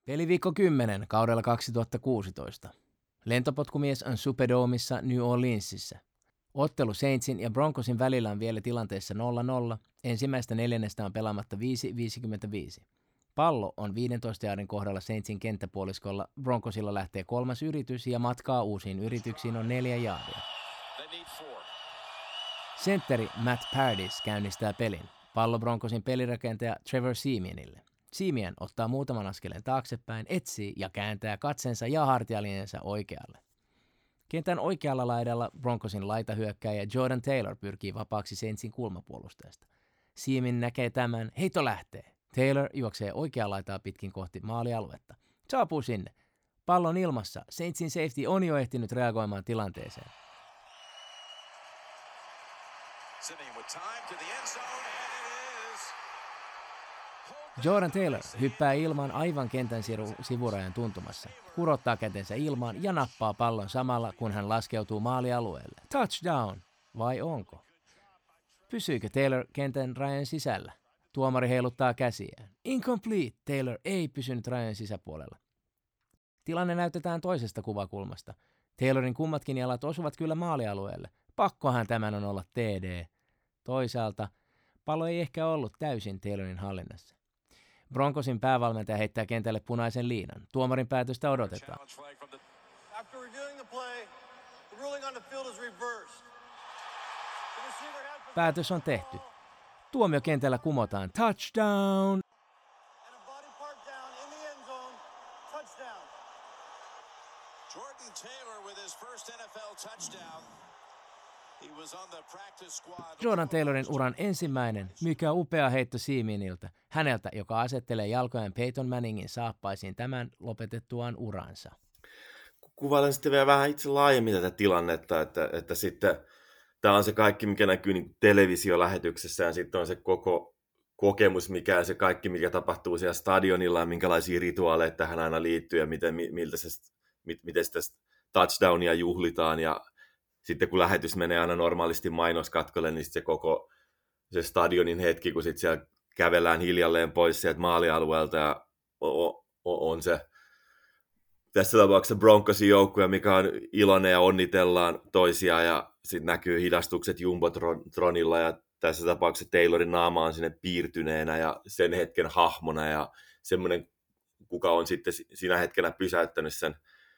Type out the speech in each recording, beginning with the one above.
Peliviikko 10 kaudella 2016. Lentopotkumies on Superdomissa New Orleansissa. Ottelu Saintsin ja Broncosin välillä on vielä tilanteessa 0-0. Ensimmäistä neljännestä on pelaamatta 5-55. Pallo on 15 jaardin kohdalla Saintsin kenttäpuoliskolla. Broncosilla lähtee kolmas yritys ja matkaa uusiin yrityksiin on 4 jaardia. Sentteri Matt Paradis käynnistää pelin. Pallo Broncosin pelirakentaja Trevor Siemianille. Siemian ottaa muutaman askeleen taaksepäin, etsii ja kääntää katsensa ja hartialinjansa oikealle. Kentän oikealla laidalla Broncosin laitahyökkääjä Jordan Taylor pyrkii vapaaksi Saintsin kulmapuolustajasta. Siemian näkee tämän, heitto lähtee. Taylor juoksee oikeaa laitaa pitkin kohti maalialuetta. Saapuu sinne. Pallon ilmassa. Saintsin safety on jo ehtinyt reagoimaan tilanteeseen. Jordan Taylor hyppää ilmaan aivan kentän sivurajan tuntumassa, kurottaa kätensä ilmaan ja nappaa pallon samalla, kun hän laskeutuu maalialueelle. Touchdown! Vai onko? Pysyykö Taylor kentän rajan sisällä? Tuomari heiluttaa käsiään. Incomplete! Taylor ei pysynyt rajan sisäpuolella. Tilanne näytetään toisesta kuvakulmasta. Taylorin kummatkin jalat osuvat kyllä maalialueelle. Pakkohan tämän on olla TD. Toisaalta pallo ei ehkä ollut täysin Taylorin hallinnassa. Broncosin päävalmentaja heittää kentälle punaisen liinan. Tuomarin päätöstä odotetaan. Päätös on tehty. Tuomio kentällä kumotaan. Touchdown! Jordan Taylor with his first NFL touchdown. He was on the practice squad. Jordan Taylorin uran ensimmäinen, mikä upea heitto Siemianilta, häneltä, joka asettelee jalkojaan Peyton Manningin saappaisiin tämän lopetettuaan uransa. Kuvailen sitten vielä vähän itse laajemmin tätä tilannetta, että sitten tämä on se kaikki, mikä näkyy niin televisiolähetyksessä, ja sitten on se koko kokemus, mikä se kaikki, mikä tapahtuu siellä stadionilla, ja minkälaisia rituaaleja tähän aina liittyy, ja miten sitä touchdownia juhlitaan, ja sitten kun lähetys menee aina normaalisti mainoskatkolle, niin se koko se stadionin hetki, kun sitten siellä kävellään hiljalleen pois sieltä maalialueelta, ja on se tässä tapauksessa Broncosin joukkue, mikä on iloinen ja onnitellaan toisiaan, ja sitten näkyy hidastukset Jumbotronilla, ja tässä tapauksessa Taylorin naama on sinne piirtyneenä ja sen hetken hahmona, ja semmoinen, kuka on sitten siinä hetkenä pysäyttänyt sen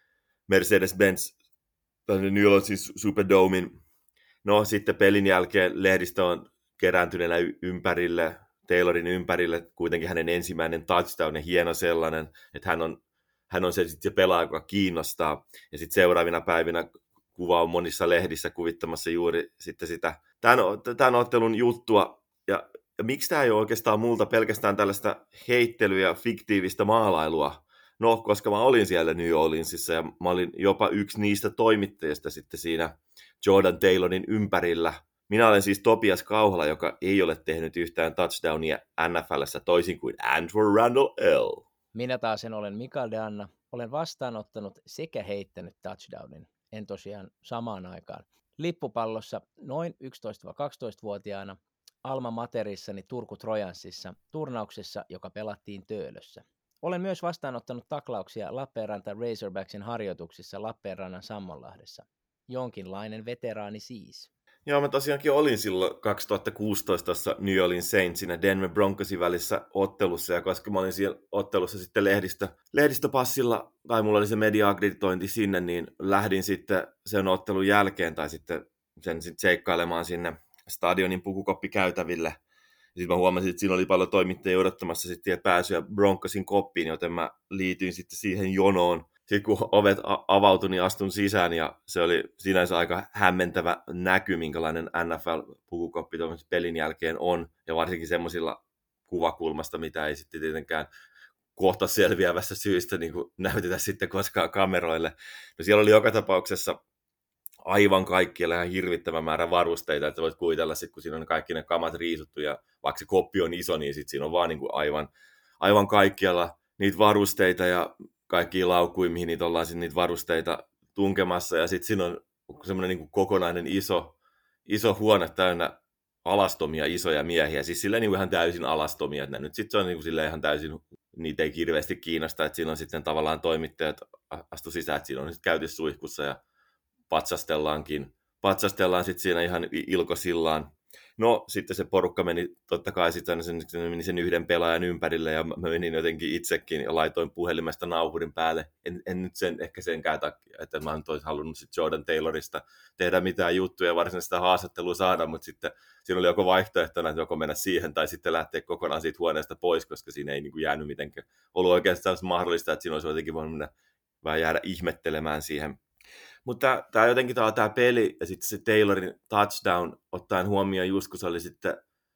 Mercedes-Benz New Orleansin Superdomin. No sitten pelin jälkeen lehdistö on kerääntyneenä ympärille, Taylorin ympärille, kuitenkin hänen ensimmäinen touchdown ja hieno sellainen, että hän on se pelaaja, joka kiinnostaa. Ja sitten seuraavina päivinä kuva on monissa lehdissä kuvittamassa juuri sitten sitä tämän ottelun juttua. Ja miksi tämä ei ole oikeastaan multa pelkästään tällaista heittelyä ja fiktiivistä maalailua? No, koska mä olin siellä New Orleansissa ja mä olin jopa yksi niistä toimittajista sitten siinä Jordan Taylorin ympärillä. Minä olen siis Topias Kauhala, joka ei ole tehnyt yhtään touchdownia NFL:ssä toisin kuin Andrew Randall L. Minä taas olen Mikael Deanna. Olen vastaanottanut sekä heittänyt touchdownin, en tosiaan samaan aikaan. Lippupallossa noin 11-12-vuotiaana Alma Materissani Turku Trojansissa turnauksessa, joka pelattiin Töölössä. Olen myös vastaanottanut taklauksia Lappeenranta Razorbacksin harjoituksissa Lappeenrannan Sammonlahdessa. Jonkinlainen veteraani siis. Joo, mä tosiaankin olin silloin 2016 tuossa New Orleans Saintsin ja Denver Broncosin välissä ottelussa, ja koska mä olin siellä ottelussa sitten lehdistöpassilla, tai mulla oli se media-akkreditointi sinne, niin lähdin sitten sen ottelun jälkeen, tai sitten sen sitten seikkailemaan sinne stadionin pukukoppikäytäville. Sitten mä huomasin, että siinä oli paljon toimittajia odottamassa sitten pääsyä Broncosin koppiin, joten mä liityin sitten siihen jonoon. Sitten kun ovet avautui, niin astun sisään, ja se oli sinänsä aika hämmentävä näky, minkälainen NFL-pukukoppi pelin jälkeen on, ja varsinkin semmoisilla kuvakulmasta, mitä ei sitten tietenkään kohta selviävässä syystä niin kuin näytetä sitten koskaan kameroille. No siellä oli joka tapauksessa aivan kaikkialla ihan hirvittävä määrä varusteita, että voit kuvitella sitten, kun siinä on kaikki ne kamat riisuttu, ja vaikka se koppi on iso, niin sitten siinä on vaan niin kuin aivan kaikkialla niitä varusteita, ja kaikkia laukkuja, mihin niitä ollaan niitä varusteita tunkemassa, ja sitten siinä on semmoinen niin kuin kokonainen iso huone täynnä alastomia isoja miehiä, siis silleen niin kuin ihan täysin alastomia, että nyt sitten se on niin kuin silleen ihan täysin niitä ei hirveästi kiinnosta, että siinä on sitten tavallaan toimittajat astu sisään, että siinä on sitten käyty suihkussa ja patsastellaan sitten siinä ihan ilkosillaan. No, sitten se porukka meni, totta kai sitten meni sen yhden pelaajan ympärille, ja mä menin jotenkin itsekin ja laitoin puhelimesta nauhurin päälle. En nyt ehkä senkään takia, että mä en olisi halunnut sitten Jordan Taylorista tehdä mitään juttuja, varsinaista haastattelua saada, mutta sitten siinä oli joko vaihtoehtona, että joko mennä siihen tai sitten lähteä kokonaan siitä huoneesta pois, koska siinä ei niin kuin jäänyt mitenkään ollut oikeastaan mahdollista, että siinä olisi jotenkin voinut mennä vähän jäädä ihmettelemään siihen. Mutta tämä jotenkin tämä peli ja sitten se Taylorin touchdown, ottaen huomioon just kun se oli sitten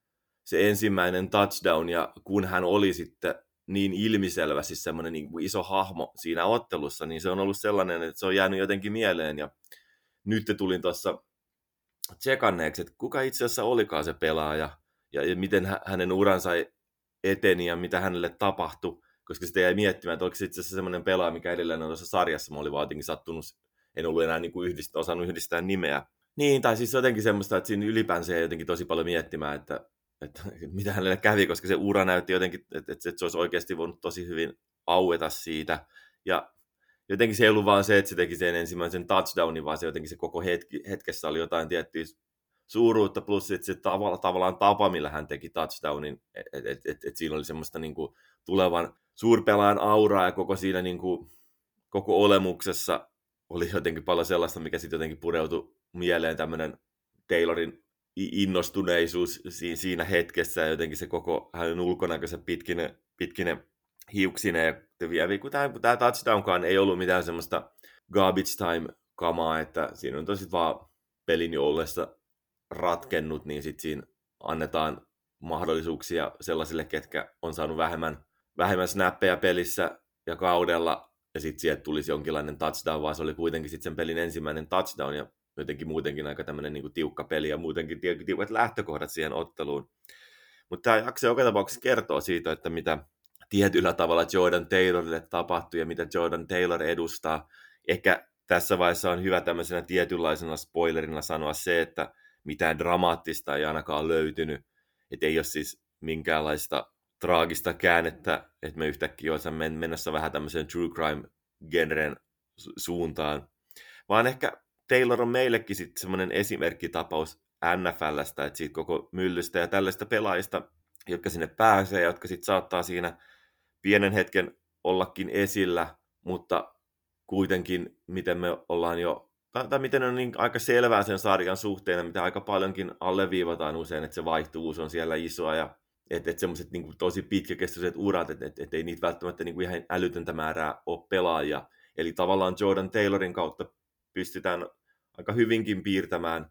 se ensimmäinen touchdown, ja kun hän oli sitten niin ilmiselvä, siis semmoinen niin kuin iso hahmo siinä ottelussa, niin se on ollut sellainen, että se on jäänyt jotenkin mieleen, ja nyt tulin tuossa tsekanneeksi, että kuka itse asiassa olikaan se pelaaja, ja miten hänen uransa eteni, ja mitä hänelle tapahtui, koska sitä jäi miettimään, että oliko se itse asiassa semmoinen pelaaja, mikä edelleen on tuossa sarjassa, mä olin vaan jotenkin sattunut, en ollut enää niin kuin osannut yhdistää nimeä. Niin, tai siis jotenkin semmoista, että siinä ylipäänsä jäi jotenkin tosi paljon miettimään, että mitä hänelle kävi, koska se ura näytti jotenkin, että se olisi oikeasti voinut tosi hyvin aueta siitä. Ja jotenkin se ei ollut vaan se, että se teki sen ensimmäisen touchdownin, vaan se jotenkin se koko hetkessä oli jotain tiettyä suuruutta, plus että se tavallaan tapa, millä hän teki touchdownin, että siinä oli semmoista niin kuin tulevan suurpelaajan auraa, ja koko siinä niin kuin, koko olemuksessa oli jotenkin paljon sellaista, mikä sitten jotenkin pureutui mieleen, tämmöinen Taylorin innostuneisuus siinä hetkessä, ja jotenkin se koko hänen ulkonäköisen pitkine hiuksine, ja vielä kun tämä touchdownkaan ei ollut mitään semmoista garbage time-kamaa, että siinä on tosi vaan pelin jo ollessa ratkennut, niin sitten siinä annetaan mahdollisuuksia sellaisille, ketkä on saanut vähemmän snappeja pelissä ja kaudella, ja sitten sieltä tulisi jonkinlainen touchdown, vaan se oli kuitenkin sitten sen pelin ensimmäinen touchdown, ja jotenkin muutenkin aika tämmöinen niin kuin tiukka peli, ja muutenkin tiukat lähtökohdat siihen otteluun. Mutta tämä jakso joka tapauksessa kertoo siitä, että mitä tietyllä tavalla Jordan Taylorille tapahtui, ja mitä Jordan Taylor edustaa. Ehkä tässä vaiheessa on hyvä tämmöisenä tietynlaisena spoilerina sanoa se, että mitään dramaattista ei ainakaan löytynyt, että ei ole siis minkäänlaista traagista käännettä, että me yhtäkkiä olisimme mennessä vähän tämmöiseen true crime-genren suuntaan, vaan ehkä Taylor on meillekin sitten semmoinen esimerkkitapaus NFL:stä, että siitä koko myllystä ja tällaista pelaajista, jotka sinne pääsee, jotka sitten saattaa siinä pienen hetken ollakin esillä, mutta kuitenkin miten me ollaan jo, tai miten on niin aika selvää sen sarjan suhteen, mitä aika paljonkin alleviivataan usein, että se vaihtuvuus on siellä isoa, ja että semmoiset niin tosi pitkäkestoiset urat, että ei niitä välttämättä niin kuin ihan älytöntä määrää ole pelaajia. Eli tavallaan Jordan Taylorin kautta pystytään aika hyvinkin piirtämään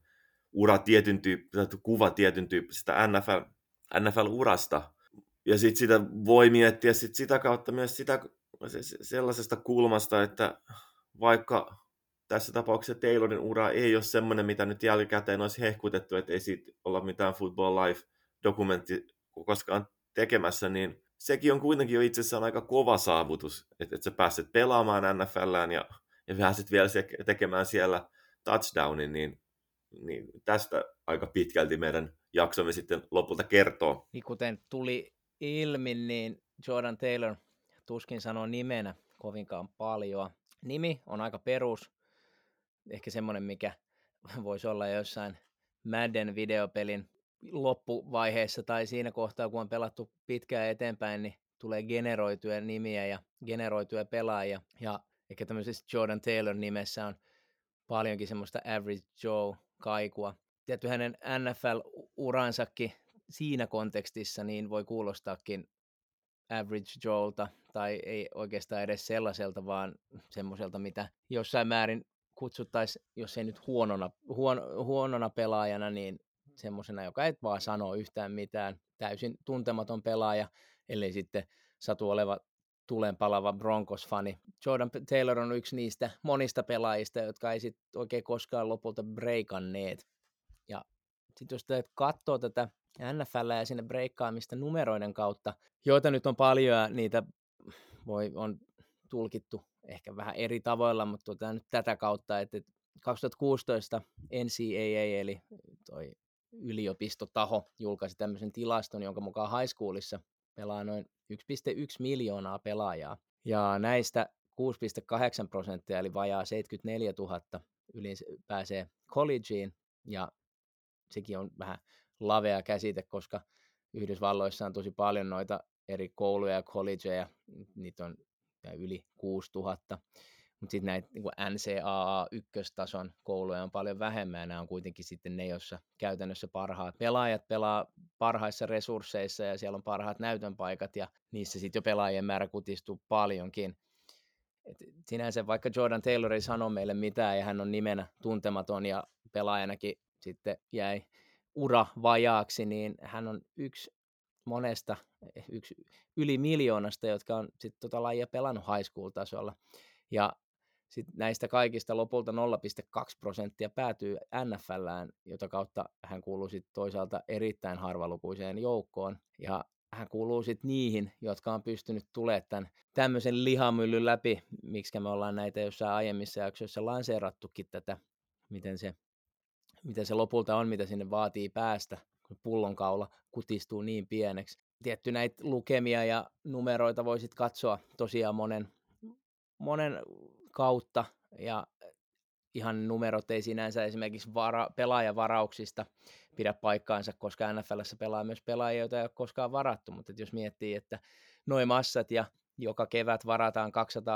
kuva tietyn tyyppisestä NFL-urasta. Ja sitten sitä voi miettiä sitä kautta myös sellaisesta kulmasta, että vaikka tässä tapauksessa Taylorin ura ei ole semmoinen, mitä nyt jälkikäteen olisi hehkutettu, että ei siitä olla mitään Football Life-dokumentti koskaan tekemässä, niin sekin on kuitenkin jo itsessään aika kova saavutus, että sä pääset pelaamaan NFLään ja pääset vielä tekemään siellä touchdownin, niin tästä aika pitkälti meidän jaksomme sitten lopulta kertoo. Niin kuten tuli ilmi, niin Jordan Taylor tuskin sanoo nimenä kovinkaan paljon. Nimi on aika perus, ehkä semmoinen, mikä voisi olla jossain Madden videopelin loppuvaiheessa tai siinä kohtaa, kun on pelattu pitkään eteenpäin, niin tulee generoituja nimiä ja generoituja pelaajia. Ja ehkä tämmöisessä Jordan Taylor nimessä on paljonkin semmoista Average Joe-kaikua. Tietty hänen NFL-uransakin siinä kontekstissa niin voi kuulostaakin Average Joelta, tai ei oikeastaan edes sellaiselta, vaan semmoiselta, mitä jossain määrin kutsuttaisiin, jos ei nyt huonona pelaajana, niin semmoisena, joka ei vaan sano yhtään mitään, täysin tuntematon pelaaja, ellei sitten satu oleva tulenpalava Broncos-fani. Jordan Taylor on yksi niistä monista pelaajista, jotka ei sitten oikein koskaan lopulta breakanneet. Ja sitten jos teet katsoo tätä NFL ja sinne breikkaamista numeroiden kautta, joita nyt on paljon ja niitä on tulkittu ehkä vähän eri tavoilla, mutta nyt tätä kautta, että 2016 NCAA eli toi yliopistotaho julkaisi tämmöisen tilaston, jonka mukaan high schoolissa pelaa noin 1,1 miljoonaa pelaajaa. Ja näistä 6,8% eli vajaa 74 000 pääsee collegeen, ja sekin on vähän lavea käsite, koska Yhdysvalloissa on tosi paljon noita eri kouluja ja collegeja, niitä on yli 6000, mutta sitten näitä niin NCAA ykköstason kouluja on paljon vähemmän, ja nämä on kuitenkin sitten ne, joissa käytännössä parhaat pelaajat pelaa parhaissa resursseissa, ja siellä on parhaat näytönpaikat, ja niissä sitten jo pelaajien määrä kutistuu paljonkin. Et sinänsä vaikka Jordan Taylor ei sano meille mitään, ja hän on nimenä tuntematon, ja pelaajanakin sitten jäi ura vajaaksi, niin hän on yksi yli miljoonasta, jotka on sitten tota lajia pelannut high school-tasolla. Ja sitten näistä kaikista lopulta 0,2% päätyy NFLään, jota kautta hän kuuluu sitten toisaalta erittäin harvalukuiseen joukkoon. Ja hän kuuluu sitten niihin, jotka on pystynyt tulemaan tämän tämmöisen lihamyllyn läpi, miksi me ollaan näitä jossain aiemmissa jaksoissa lanseerattukin tätä, miten se lopulta on, mitä sinne vaatii päästä, kun pullonkaula kutistuu niin pieneksi. Tietty näitä lukemia ja numeroita voisit katsoa tosiaan monen kautta, ja ihan numerot ei sinänsä esimerkiksi pelaajavarauksista pidä paikkaansa, koska NFL:ssä pelaa myös pelaajia, joita ei ole koskaan varattu, mutta jos miettii, että noi massat ja joka kevät varataan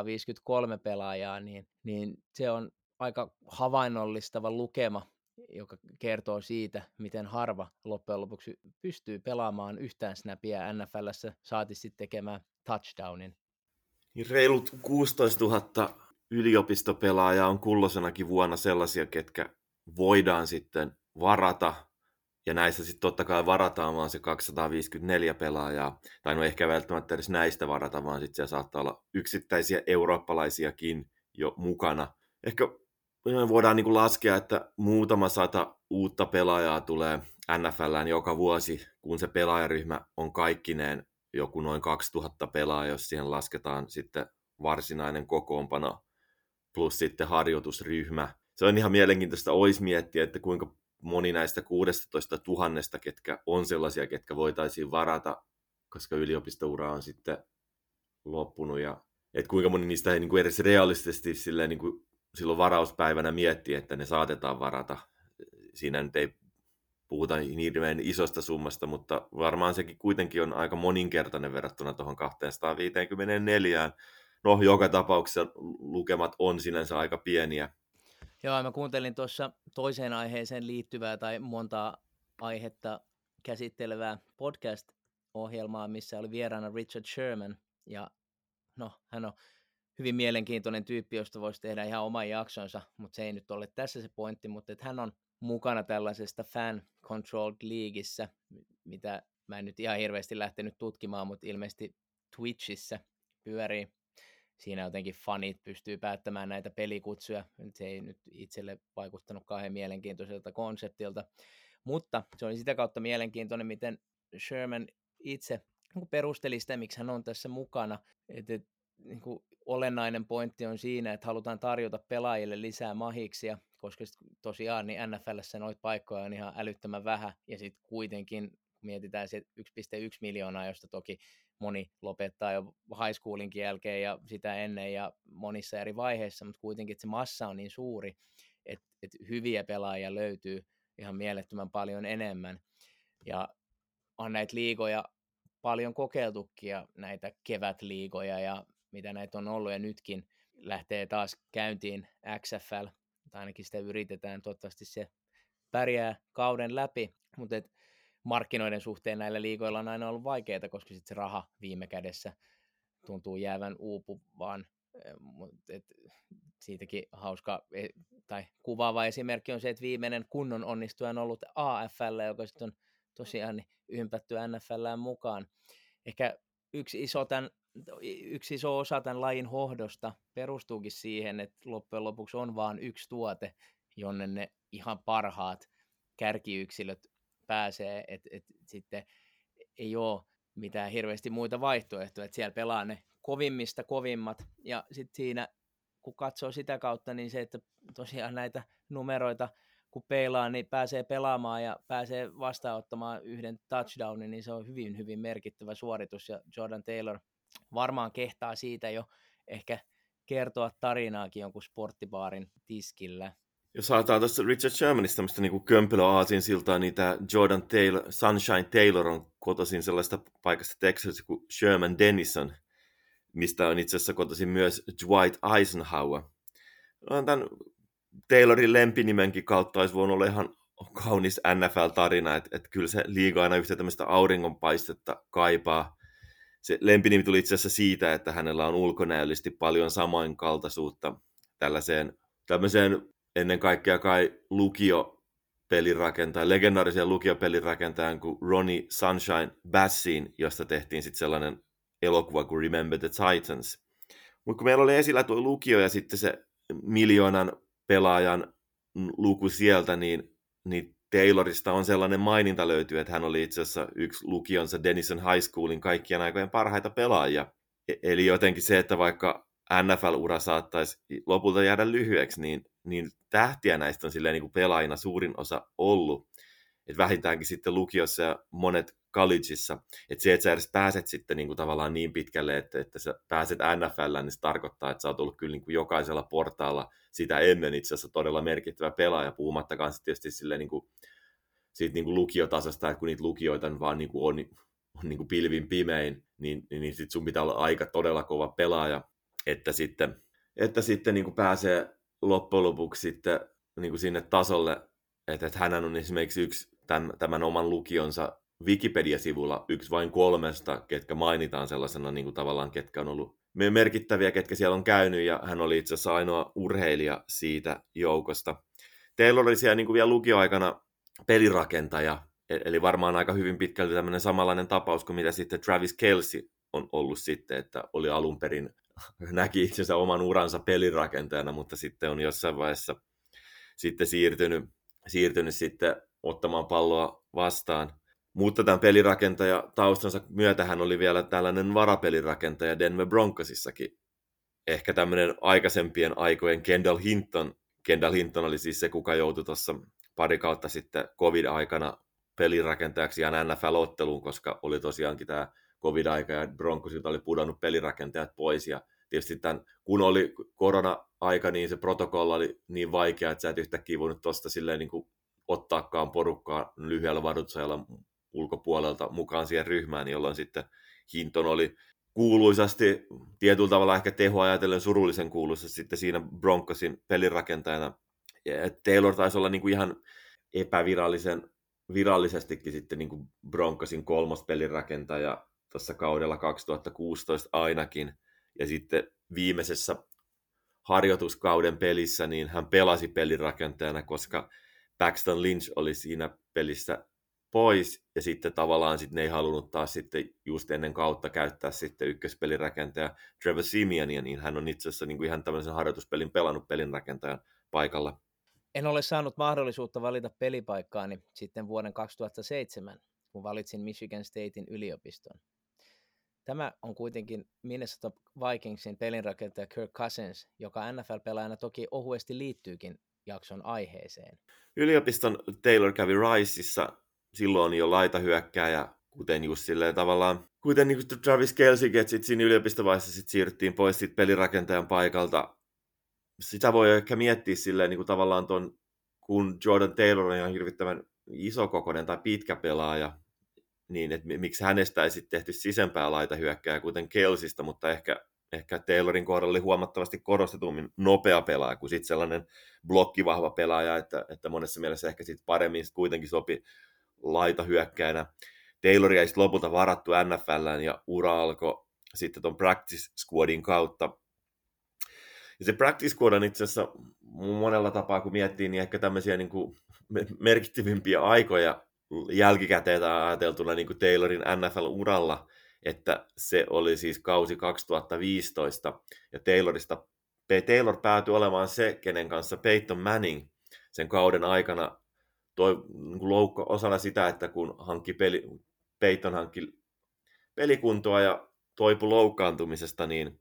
253 pelaajaa, niin se on aika havainnollistava lukema, joka kertoo siitä, miten harva loppujen lopuksi pystyy pelaamaan yhtään snappia NFL:ssä, saati sitten tekemään touchdownin. Reilut 16 000 yliopistopelaajaa on kulloisenakin vuonna sellaisia, ketkä voidaan sitten varata, ja näistä sitten totta kai varataan vaan se 254 pelaajaa, tai no ehkä välttämättä edes näistä varata, vaan sitten siellä saattaa olla yksittäisiä eurooppalaisiakin jo mukana. Ehkä voidaan niin kuin laskea, että muutama sata uutta pelaajaa tulee NFLään joka vuosi, kun se pelaajaryhmä on kaikkineen joku noin 2000 pelaajaa, jos siihen lasketaan sitten varsinainen kokoonpano plus sitten harjoitusryhmä. Se on ihan mielenkiintoista olisi miettiä, että kuinka moni näistä 16 000, ketkä on sellaisia, ketkä voitaisiin varata, koska yliopistoura on sitten loppunut, ja että kuinka moni niistä ei niin kuin edes realistisesti silleen, niin kuin silloin varauspäivänä miettiä, että ne saatetaan varata. Siinä nyt ei puhuta hirveän isosta summasta, mutta varmaan sekin kuitenkin on aika moninkertainen verrattuna tuohon 254. No, joka tapauksessa lukemat on sinänsä aika pieniä. Joo, mä kuuntelin tuossa toiseen aiheeseen liittyvää tai montaa aihetta käsittelevää podcast-ohjelmaa, missä oli vieraana Richard Sherman, ja no, hän on hyvin mielenkiintoinen tyyppi, josta voisi tehdä ihan oman jaksonsa, mutta se ei nyt ole tässä se pointti, mutta että hän on mukana tällaisesta fan-controlled leagueissä, mitä mä en nyt ihan hirveästi lähtenyt tutkimaan, mutta ilmeisesti Twitchissä pyörii. Siinä jotenkin fanit pystyy päättämään näitä pelikutsuja. Se ei nyt itselle vaikuttanut kauhean mielenkiintoiselta konseptilta, mutta se oli sitä kautta mielenkiintoinen, miten Sherman itse perusteli sitä, miksi hän on tässä mukana. Niin kuin olennainen pointti on siinä, että halutaan tarjota pelaajille lisää mahiksia, koska tosiaan niin NFL:ssä noita paikkoja on ihan älyttömän vähän, ja sitten kuitenkin mietitään se 1,1 miljoonaa, josta toki moni lopettaa jo high schoolinkin jälkeen ja sitä ennen ja monissa eri vaiheissa, mutta kuitenkin että se massa on niin suuri, että hyviä pelaajia löytyy ihan mielettömän paljon enemmän, ja on näitä liigoja paljon kokeiltukin, ja näitä kevätliigoja ja mitä näitä on ollut, ja nytkin lähtee taas käyntiin XFL, tai ainakin sitä yritetään, toivottavasti se pärjää kauden läpi, mutta markkinoiden suhteen näillä liigoilla on aina ollut vaikeaa, koska sitten se raha viime kädessä tuntuu jäävän uupuvaan. Siitäkin hauska tai kuvaava esimerkki on se, että viimeinen kunnon onnistuja on ollut AFL, joka sitten on tosiaan ympätty NFLään mukaan. Ehkä yksi iso osa tämän lajin hohdosta perustuukin siihen, että loppujen lopuksi on vain yksi tuote, jonne ne ihan parhaat kärkiyksilöt pääsee, että sitten ei ole mitään hirveästi muita vaihtoehtoja, että siellä pelaa ne kovimmista kovimmat, ja sitten siinä, kun katsoo sitä kautta, niin se, että tosiaan näitä numeroita, kun peilaa, niin pääsee pelaamaan ja pääsee vastaanottamaan yhden touchdownin, niin se on hyvin, hyvin merkittävä suoritus, ja Jordan Taylor varmaan kehtaa siitä jo ehkä kertoa tarinaakin jonkun sporttibaarin tiskillä. Jos saadaan tuossa Richard Shermanista tämmöistä niin kömpelöaasinsiltaa, niin tämä Jordan Taylor, Sunshine Taylor on kotoisin sellaista paikasta Texas kuin Sherman Denison, mistä on itse asiassa kotoisin myös Dwight Eisenhower. Tämän Taylorin lempinimenkin kautta olisi voinut olla ihan kaunis NFL-tarina, että kyllä se liiga aina yhtä tämmöistä auringonpaistetta kaipaa. Se lempinimi tuli itse asiassa siitä, että hänellä on ulkonäöllisesti paljon samankaltaisuutta tämmöiseen ennen kaikkea kai lukiopelirakentajan, legendaarisen lukiopelirakentajan kuin Ronnie Sunshine Bassiin, josta tehtiin sitten sellainen elokuva kuin Remember the Titans. Mutta kun meillä oli esillä tuo lukio ja sitten se 1 miljoonan pelaajan luku sieltä, niin Taylorista on sellainen maininta löytyy, että hän oli itse asiassa yksi lukionsa Denison High Schoolin kaikkien aikojen parhaita pelaajia. Eli jotenkin se, että vaikka NFL-ura saattaisi lopulta jäädä lyhyeksi, niin tähtiä näistä on silleen niin kuin pelaajina suurin osa ollut. Että vähintäänkin sitten lukiossa ja monet collegeissa. Että se, että sä edes pääset sitten niin kuin tavallaan niin pitkälle, että sä pääset NFL:ään, niin se tarkoittaa, että sä oot ollut kyllä niin kuin jokaisella portaalla sitä ennen itse asiassa todella merkittävä pelaaja, puhumattakaan sitten tietysti silleen niin kuin, siitä niin kuin lukiotasosta, että kun niitä lukioita vaan niin kuin on niin kuin pilvin pimein, niin sit sun pitää olla aika todella kova pelaaja, että sitten niin kuin pääsee loppujen lopuksi sitten niin kuin sinne tasolle, että hän on esimerkiksi yksi tämän oman lukionsa Wikipedia-sivulla yksi vain 3, ketkä mainitaan sellaisena niin kuin tavallaan, ketkä on ollut merkittäviä, ketkä siellä on käynyt, ja hän oli itse asiassa ainoa urheilija siitä joukosta. Taylor oli siellä niin kuin vielä lukioaikana pelirakentaja, eli varmaan aika hyvin pitkälti tämmöinen samanlainen tapaus kuin mitä sitten Travis Kelce on ollut sitten, että oli alun perin, näki itsensä oman uransa pelirakentajana, mutta sitten on jossain vaiheessa sitten siirtynyt sitten ottamaan palloa vastaan. Mutta tämän pelirakentaja taustansa myötä hän oli vielä tällainen varapelirakentaja Denver Broncosissakin. Ehkä tämmöinen aikaisempien aikojen Kendall Hinton. Kendall Hinton oli siis se, kuka joutui tuossa pari kautta sitten COVID-aikana pelirakentajaksi ja NFL-otteluun, koska oli tosiaankin tämä COVID-aika ja Broncosilta oli pudonnut pelirakentajat pois. Ja tietysti kun oli korona-aika, niin se protokolla oli niin vaikea, että sä et yhtäkkiä voinut tuosta silleen niin kuin ottaakaan porukkaa lyhyellä varoitusajalla ulkopuolelta mukaan siihen ryhmään, jolloin sitten Hinton oli kuuluisasti, tietyllä tavalla ehkä tehoa ajatellen surullisen kuuluisa sitten siinä Broncosin pelirakentajana. Ja Taylor taisi olla niin kuin ihan virallisestikin sitten niin kuin Broncosin 3. pelirakentaja tuossa kaudella 2016 ainakin. Ja sitten viimeisessä harjoituskauden pelissä niin hän pelasi pelirakentajana, koska Paxton Lynch oli siinä pelissä pois, ja sitten tavallaan sitten ne ei halunnut taas sitten just ennen kautta käyttää sitten ykköspelirakentaja Trevor Siemiania, niin hän on itse asiassa niin kuin ihan tämmöisen harjoituspelin pelannut pelinrakentajan paikalla. En ole saanut mahdollisuutta valita pelipaikkaani sitten vuoden 2007, kun valitsin Michigan Statein yliopiston. Tämä on kuitenkin Minnesota Vikingsin pelinrakentaja Kirk Cousins, joka NFL-pelaajana toki ohuesti liittyykin jakson aiheeseen. Yliopiston Taylor kävi Riceissa, silloin jo laitahyökkääjä, kuten just silleen tavallaan, kuten niin kuin Travis Kelcekin, että sitten siinä yliopistovaiheessa sitten siirryttiin pois siitä pelirakentajan paikalta. Sitä voi ehkä miettiä silleen niin kuin tavallaan kun Jordan Taylor on ihan hirvittävän isokokoinen tai pitkä pelaaja, niin että miksi hänestä ei sitten tehty sisempää laitahyökkääjää kuten Kelcestä, mutta ehkä Taylorin kohdalla oli huomattavasti korostetummin nopea pelaaja kuin sitten sellainen blokkivahva pelaaja, että monessa mielessä ehkä sitten paremmin sit kuitenkin sopi laitahyökkäänä. Tayloria ei sitten lopulta varattu NFL:ään ja ura alkoi sitten ton practice squadin kautta. Ja se practice squad on itse asiassa monella tapaa, kun miettii, niin ehkä tämmöisiä niin kuin merkittävimpiä aikoja jälkikäteen ajateltuna niin kuin Taylorin NFL-uralla, että se oli siis kausi 2015, ja Taylor päätyi olemaan se, kenen kanssa Peyton Manning sen kauden aikana niin osana sitä, että kun Peyton hankki pelikuntoa ja toipui loukkaantumisesta, niin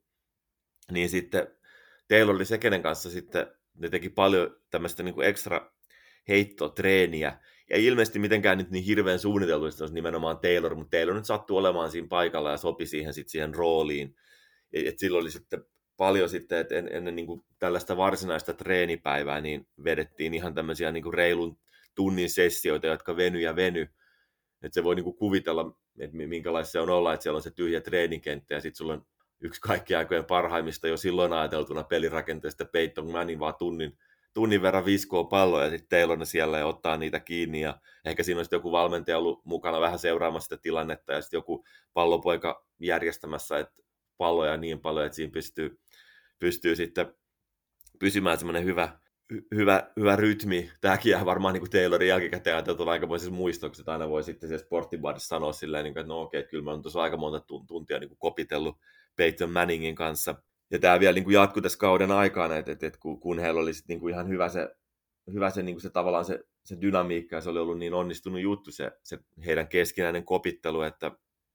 sitten Taylor oli se, kenen kanssa sitten ne teki paljon tämmöistä niin kuin ekstra heittotreeniä. Ja ilmeisesti mitenkään nyt niin hirveän suunniteltu, että se olisi nimenomaan Taylor, mutta Taylor nyt sattui olemaan siinä paikalla ja sopi siihen rooliin. Et silloin oli sitten paljon sitten, että ennen niin kuin tällaista varsinaista treenipäivää, niin vedettiin ihan tämmöisiä niin kuin reilun tunnin sessioita, jotka veny. Että se voi niin kuin kuvitella, että minkälaista se on olla, että siellä on se tyhjä treenikenttä ja sitten sulla on yksi kaikkien aikojen parhaimmista jo silloin ajateltuna pelirakenteesta Peyton Manning vaan tunnin verran viskoo palloa ja sitten Taylor siellä ja ottaa niitä kiinni ja ehkä siinä on sitten joku valmentaja ollut mukana vähän seuraamassa sitä tilannetta ja sitten joku pallopoika järjestämässä että palloja niin paljon, että siinä pystyy sitten pysymään semmoinen hyvä rytmi. Tämäkin jää varmaan niin kuin Taylorin jälkikäteen ajateltuna aikamoisessa muistoksi, että aina voi sitten siellä sporttibarissa sanoa silleen, että no okei, kyllä mä oon tuossa aika monta tuntia niin kuin kopitellut Peyton Manningin kanssa. Ja tämä vielä niin kuin jatkui tässä kauden aikana, että kun heillä oli sitten niin kuin ihan hyvä se, niin kuin se tavallaan se dynamiikka, ja se oli ollut niin onnistunut juttu, se heidän keskinäinen kopittelu, että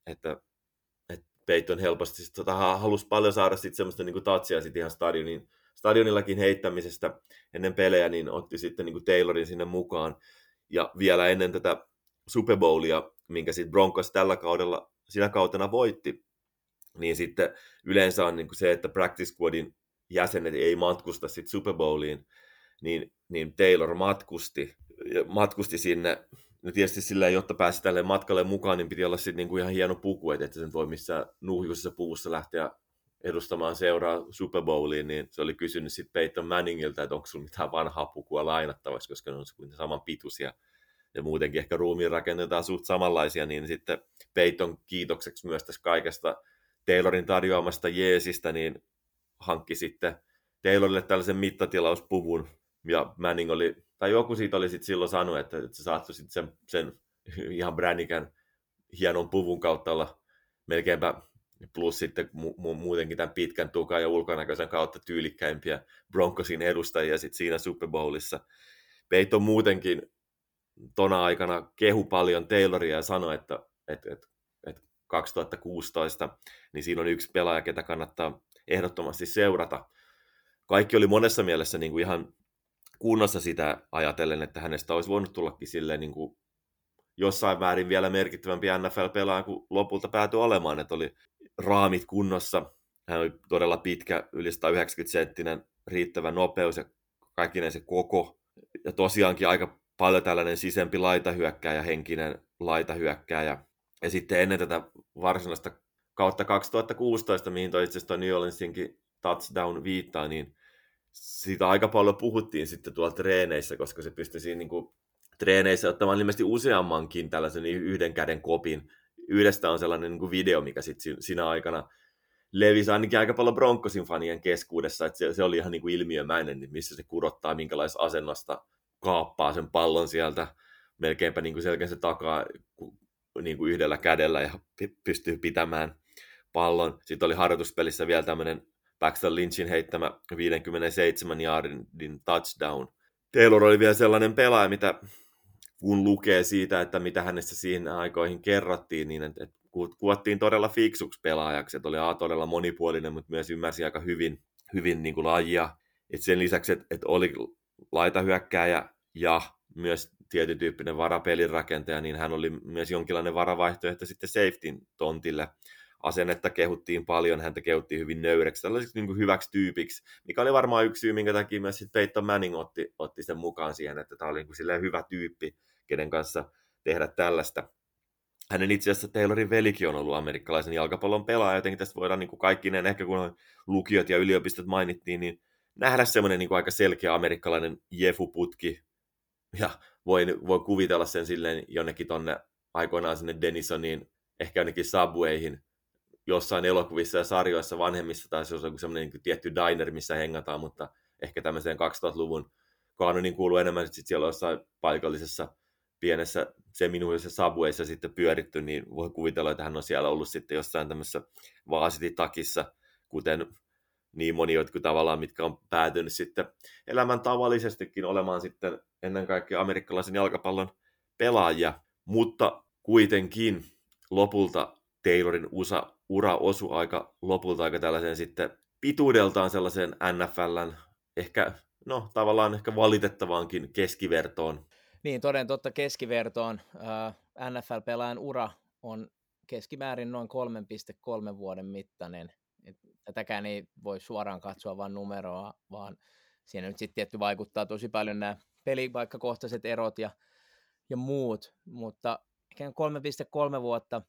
Peyton helposti halusi paljon saada sitten semmoista niin kuin touchia sitten ihan stadionillakin heittämisestä ennen pelejä, niin otti sitten niin kuin Taylorin sinne mukaan. Ja vielä ennen tätä Super Bowlia, minkä sitten Broncos tällä kaudella, sinä kautena voitti, niin sitten yleensä on niin kuin se, että practice squadin jäsenet ei matkusta sitten Super Bowliin, niin Taylor matkusti sinne. No tietysti silleen, jotta pääsi tälle matkalle mukaan, niin piti olla sitten niinku ihan hieno puku, että sen voi missään nuuhjuisessa puvussa lähteä edustamaan seuraa Super Bowliin, niin se oli kysynyt sitten Peyton Manningilta, että onko sulla mitään vanhaa pukua lainattavaksi, koska ne on saman pituisia ja muutenkin ehkä ruumiin rakennetaan suht samanlaisia, niin sitten Peyton kiitokseksi myös tässä kaikesta Taylorin tarjoamasta jeesistä, niin hankki sitten Taylorille tällaisen mittatilauspuvun, ja Manning oli, tai joku siitä oli sitten silloin sanonut, että se saattoi sitten sen ihan bränikän hienon puvun kautta olla melkeinpä plus sitten muutenkin tämän pitkän tukan ja ulkonäköisen kautta tyylikkäimpiä Broncosin edustajia sitten siinä Super Bowlissa. Peyton muutenkin tona aikana kehu paljon Tayloria ja sanoi, että 2016, niin siinä on yksi pelaaja, ketä kannattaa ehdottomasti seurata. Kaikki oli monessa mielessä niin kuin ihan kunnossa sitä ajatellen, että hänestä olisi voinut tullakin silleen niin kuin jossain määrin vielä merkittävämpi NFL-pelaaja, kun lopulta päätyi olemaan, että oli raamit kunnossa. Hän oli todella pitkä, yli 190-senttinen, riittävä nopeus ja kaikkinen se koko. Ja tosiaankin aika paljon tällainen sisempi laitahyökkääjä, henkinen laitahyökkääjä. Ja sitten ennen tätä varsinaista kautta 2016, mihin toi itse asiassa New Orleansinkin touchdown viittaa, niin siitä aika paljon puhuttiin sitten tuolla treeneissä, koska se pystyi siinä niin kuin treeneissä ottamaan ilmeisesti useammankin tällaisen yhden käden kopin. Yhdestä on sellainen niin kuin video, mikä sitten siinä aikana levisi ainakin aika paljon Broncosin fanien keskuudessa, että se oli ihan niin kuin ilmiömäinen, niin missä se kurottaa, minkälaista asennosta kaappaa sen pallon sieltä, melkeinpä niin kuin selkeästi takaa niin kuin yhdellä kädellä ja pystyy pitämään pallon. Sitten oli harjoituspelissä vielä tämmöinen Paxton Lynchin heittämä 57 yardin touchdown. Taylor oli vielä sellainen pelaaja, mitä kun lukee siitä, että mitä hänestä siihen aikoihin kerrottiin, niin että kuvattiin todella fiksuksi pelaajaksi, että oli todella monipuolinen, mutta myös ymmärsi aika hyvin niin kuin lajia. Et sen lisäksi, että oli laitahyökkääjä ja myös tietyn tyyppinen varapelirakentaja, niin hän oli myös jonkinlainen varavaihtoehto sitten safetyn tontille. Asennetta kehuttiin paljon, häntä kehuttiin hyvin nöyreksi, tällaiseksi niin kuin hyväksi tyypiksi, mikä oli varmaan yksi syy, minkä takia myös sitten Peyton Manning otti sen mukaan siihen, että tämä oli niin kuin silleen hyvä tyyppi, kenen kanssa tehdä tällaista. Hänen itse asiassa Taylorin velikin on ollut amerikkalaisen jalkapallon pelaaja, jotenkin tästä voidaan niin kuin kaikkineen, ehkä kun lukiot ja yliopistot mainittiin, niin nähdä semmoinen niin kuin aika selkeä amerikkalainen jefuputki, ja voi kuvitella sen silleen jonnekin tonne aikoinaan sinne Denisoniin, ehkä jonnekin Subwayhin, jossain elokuvissa ja sarjoissa vanhemmissa, tai se on joku semmoinen niin tietty diner, missä hengataan, mutta ehkä tämmöiseen 2000-luvun kanoniin kuuluu enemmän, että sitten siellä jossain paikallisessa pienessä seminuisessa Subwayssa sitten pyöritty, niin voi kuvitella, että hän on siellä ollut sitten jossain tämmöisessä vaasititakissa, kuten niin moni jotkut tavallaan, mitkä on päätynyt sitten elämän tavallisestikin olemaan sitten ennen kaikkea amerikkalaisen jalkapallon pelaajia, mutta kuitenkin lopulta Taylorin ura osui lopulta aika tällaiseen sitten pituudeltaan sellaiseen NFL:n ehkä no tavallaan ehkä valitettavaankin keskivertoon. Niin, toden totta keskivertoon. NFL-pelaajan ura on keskimäärin noin 3,3 vuoden mittainen. Tätäkään ei voi suoraan katsoa vain numeroa, vaan siinä nyt sitten tietty vaikuttaa tosi paljon nämä pelipaikkakohtaiset erot ja muut, mutta 3,3 vuotta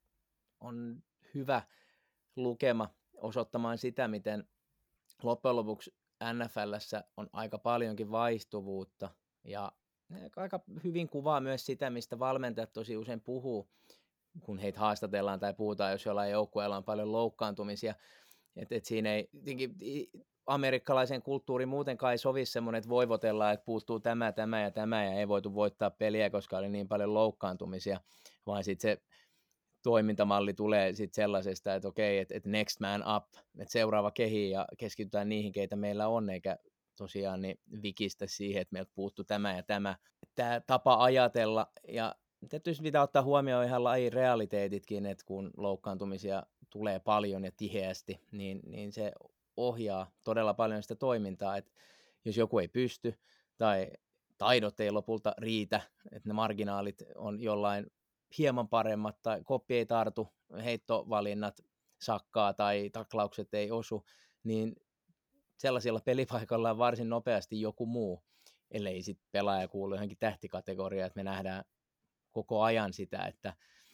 on hyvä lukema osoittamaan sitä, miten loppujen lopuksi NFL:ssä on aika paljonkin vaihtuvuutta ja aika hyvin kuvaa myös sitä, mistä valmentajat tosi usein puhuu, kun heitä haastatellaan tai puhutaan, jos jollain joukkueella on paljon loukkaantumisia. Et siinä ei, amerikkalaisen kulttuuriin muutenkaan ei sovi semmoinen, että voivotellaan, että puuttuu tämä ja ei voitu voittaa peliä, koska oli niin paljon loukkaantumisia, vaan sitten se toimintamalli tulee sitten sellaisesta, että okei, että next man up, että seuraava kehii ja keskitytään niihin, keitä meillä on, eikä tosiaan niin vikistä siihen, että meiltä puuttuu tämä ja tämä. Tämä tapa ajatella, ja tietysti pitää ottaa huomioon ihan lajin realiteetitkin, että kun loukkaantumisia tulee paljon ja tiheästi, niin se ohjaa todella paljon sitä toimintaa, että jos joku ei pysty tai taidot ei lopulta riitä, että ne marginaalit on jollain hieman paremmat tai koppi ei tartu, heittovalinnat sakkaa tai taklaukset ei osu, niin sellaisilla pelipaikoilla on varsin nopeasti joku muu, ellei sitten pelaaja kuulu johonkin tähtikategoriaan, että me nähdään koko ajan sitä, että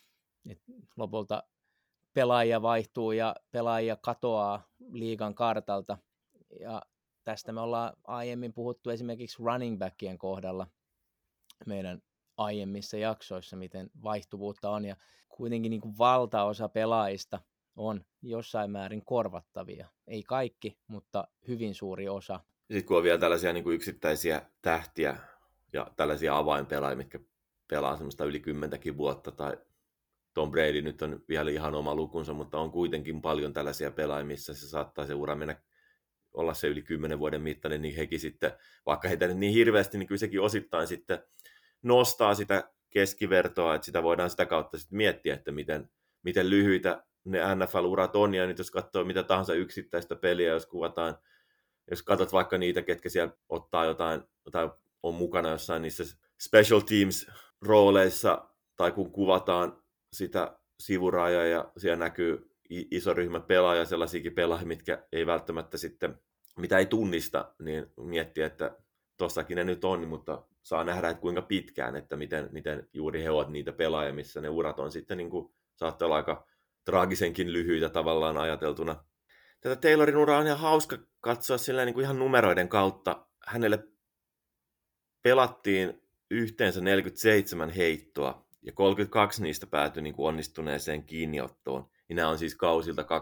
lopulta pelaajia vaihtuu ja pelaajia katoaa liigan kartalta, ja tästä me ollaan aiemmin puhuttu esimerkiksi running backien kohdalla meidän aiemmissa jaksoissa, miten vaihtuvuutta on, ja kuitenkin niin kuin valtaosa pelaajista on jossain määrin korvattavia. Ei kaikki, mutta hyvin suuri osa. Sitten kun on vielä tällaisia niin kuin yksittäisiä tähtiä ja tällaisia avainpelaajia, mitkä pelaa semmoista yli 10 vuotta, tai Tom Brady nyt on vielä ihan oma lukunsa, mutta on kuitenkin paljon tällaisia pelaajia, missä se saattaa se ura mennä olla se yli 10 vuoden mittainen, niin hekin sitten, vaikka heitä niin hirveästi, niin kyllä sekin osittain sitten nostaa sitä keskivertoa, että sitä voidaan sitä kautta sitten miettiä, että miten lyhyitä ne NFL-urat on, ja nyt jos katsoo mitä tahansa yksittäistä peliä, jos katsot vaikka niitä, ketkä siellä ottaa jotain, tai on mukana jossain niissä special teams-rooleissa, tai kun kuvataan sitä sivuraajaa, ja siellä näkyy iso ryhmä pelaajia, sellaisiakin pelaajia, mitkä ei välttämättä sitten, mitä ei tunnista, niin miettiä, että tossakin ne nyt on, mutta saa nähdä, että kuinka pitkään, että miten juuri he ovat niitä pelaajia, missä ne urat on sitten niin kuin, saattaa olla aika traagisenkin lyhyitä tavallaan ajateltuna. Tätä Taylorin uraa on ihan hauska katsoa sillä niin kuin ihan numeroiden kautta. Hänelle pelattiin yhteensä 47 heittoa, ja 32 niistä päätyi niin kuin onnistuneeseen kiinniottoon. Ja nämä on siis kausilta 2016-2017,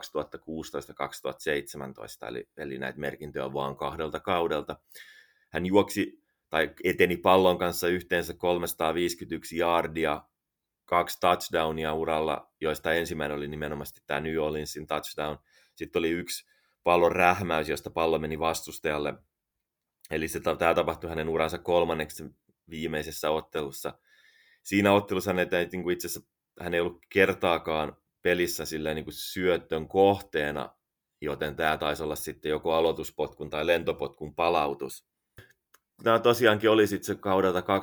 eli näitä merkintöjä on vaan 2 kaudelta. Hän juoksi tai eteni pallon kanssa yhteensä 351 yardia, 2 touchdownia uralla, joista ensimmäinen oli nimenomaan tämä New Orleansin touchdown. Sitten oli 1 pallon rähmäys, josta pallo meni vastustajalle. Eli tämä tapahtui hänen uransa 3. viimeisessä ottelussa. Siinä ottelussa itse asiassa hän ei ollut kertaakaan pelissä silleen, niin kuin syöttön kohteena, joten tämä taisi olla sitten joko aloituspotkun tai lentopotkun palautus. Tämä tosiaankin oli sitten se kaudelta 2016-2017,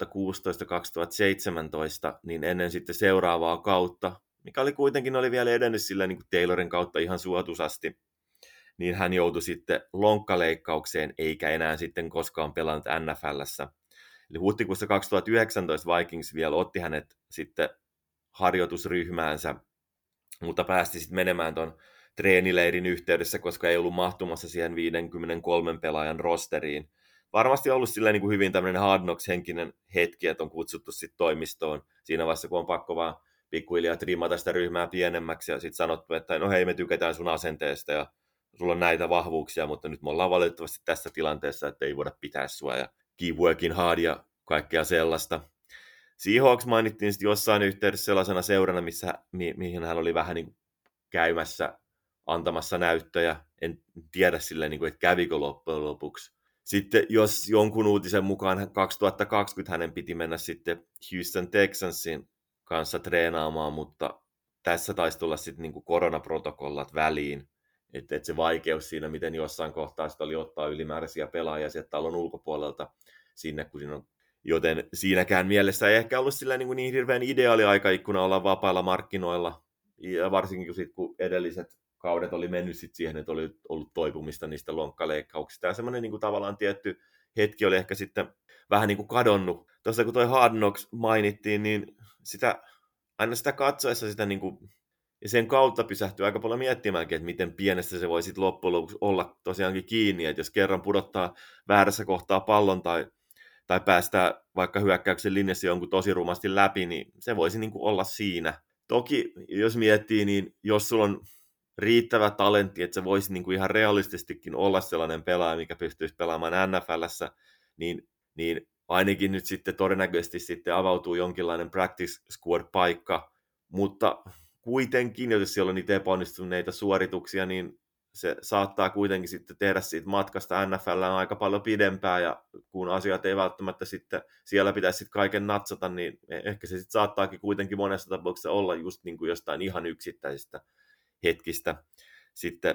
niin ennen sitten seuraavaa kautta, mikä oli kuitenkin vielä edennyt sillä niin kuin Taylorin kautta ihan suotuisasti, niin hän joutui sitten lonkkaleikkaukseen, eikä enää sitten koskaan pelannut NFL:ssä. Eli huhtikuussa 2019 Vikings vielä otti hänet sitten harjoitusryhmäänsä, mutta päästi sitten menemään tuon treenileirin yhteydessä, koska ei ollut mahtumassa siihen 53 pelaajan rosteriin. Varmasti ollut silleen niin kuin hyvin tämmöinen Hard Knocks-henkinen hetki, että on kutsuttu sitten toimistoon siinä vaiheessa, kun on pakko vaan pikkuhiljaa trimata sitä ryhmää pienemmäksi ja sitten sanottu, että no hei, me tykätään sun asenteesta ja sulla on näitä vahvuuksia, mutta nyt me ollaan valitettavasti tässä tilanteessa, että ei voida pitää sua ja keep working hard ja kaikkea sellaista. Seahawks mainittiin sitten jossain yhteydessä sellaisena seurana, mihin hän oli vähän niin kuin käymässä antamassa näyttöjä. En tiedä silleen, niin kuin, että kävikö loppujen lopuksi. Sitten jos jonkun uutisen mukaan 2020 hänen piti mennä sitten Houston Texansin kanssa treenaamaan, mutta tässä taisi tulla sitten niin kuin koronaprotokollat väliin. Että se vaikeus siinä, miten jossain kohtaa sitä oli ottaa ylimääräisiä pelaajia sieltä talon ulkopuolelta sinne, kun siinä on. Joten siinäkään mielessä ei ehkä ollut sillä niin hirveän ideaali aikaikkuna olla vapailla markkinoilla, ja varsinkin kun edelliset kaudet oli mennyt sit siihen, että oli ollut toipumista niistä lonkkaleikkauksista, ja semmoinen niin kuin tavallaan tietty hetki oli ehkä sitten vähän niin kuin kadonnut. Tuossa kun toi Hard Knocks mainittiin, niin aina sitä katsoessa sitä niin kuin, ja sen kautta pysähtyy aika paljon miettimäänkin, että miten pienestä se voi sitten loppujen lopuksi olla tosiaankin kiinni, että jos kerran pudottaa väärässä kohtaa pallon tai päästää vaikka hyökkäyksen linjassa jonkun tosi rumasti läpi, niin se voisi niin kuin olla siinä. Toki, jos miettii, niin jos sulla on riittävä talentti, että se voisi niin kuin ihan realististikin olla sellainen pelaaja, mikä pystyisi pelaamaan NFL:ssä, niin ainakin nyt sitten todennäköisesti sitten avautuu jonkinlainen practice squad-paikka, mutta kuitenkin, jos siellä on niitä epäonnistuneita suorituksia, niin se saattaa kuitenkin sitten tehdä siitä matkasta NFL:ään aika paljon pidempää, ja kun asiat ei välttämättä sitten siellä pitäisi sitten kaiken natsata, niin ehkä se sitten saattaakin kuitenkin monessa tapauksessa olla just niin kuin jostain ihan yksittäisistä hetkistä sitten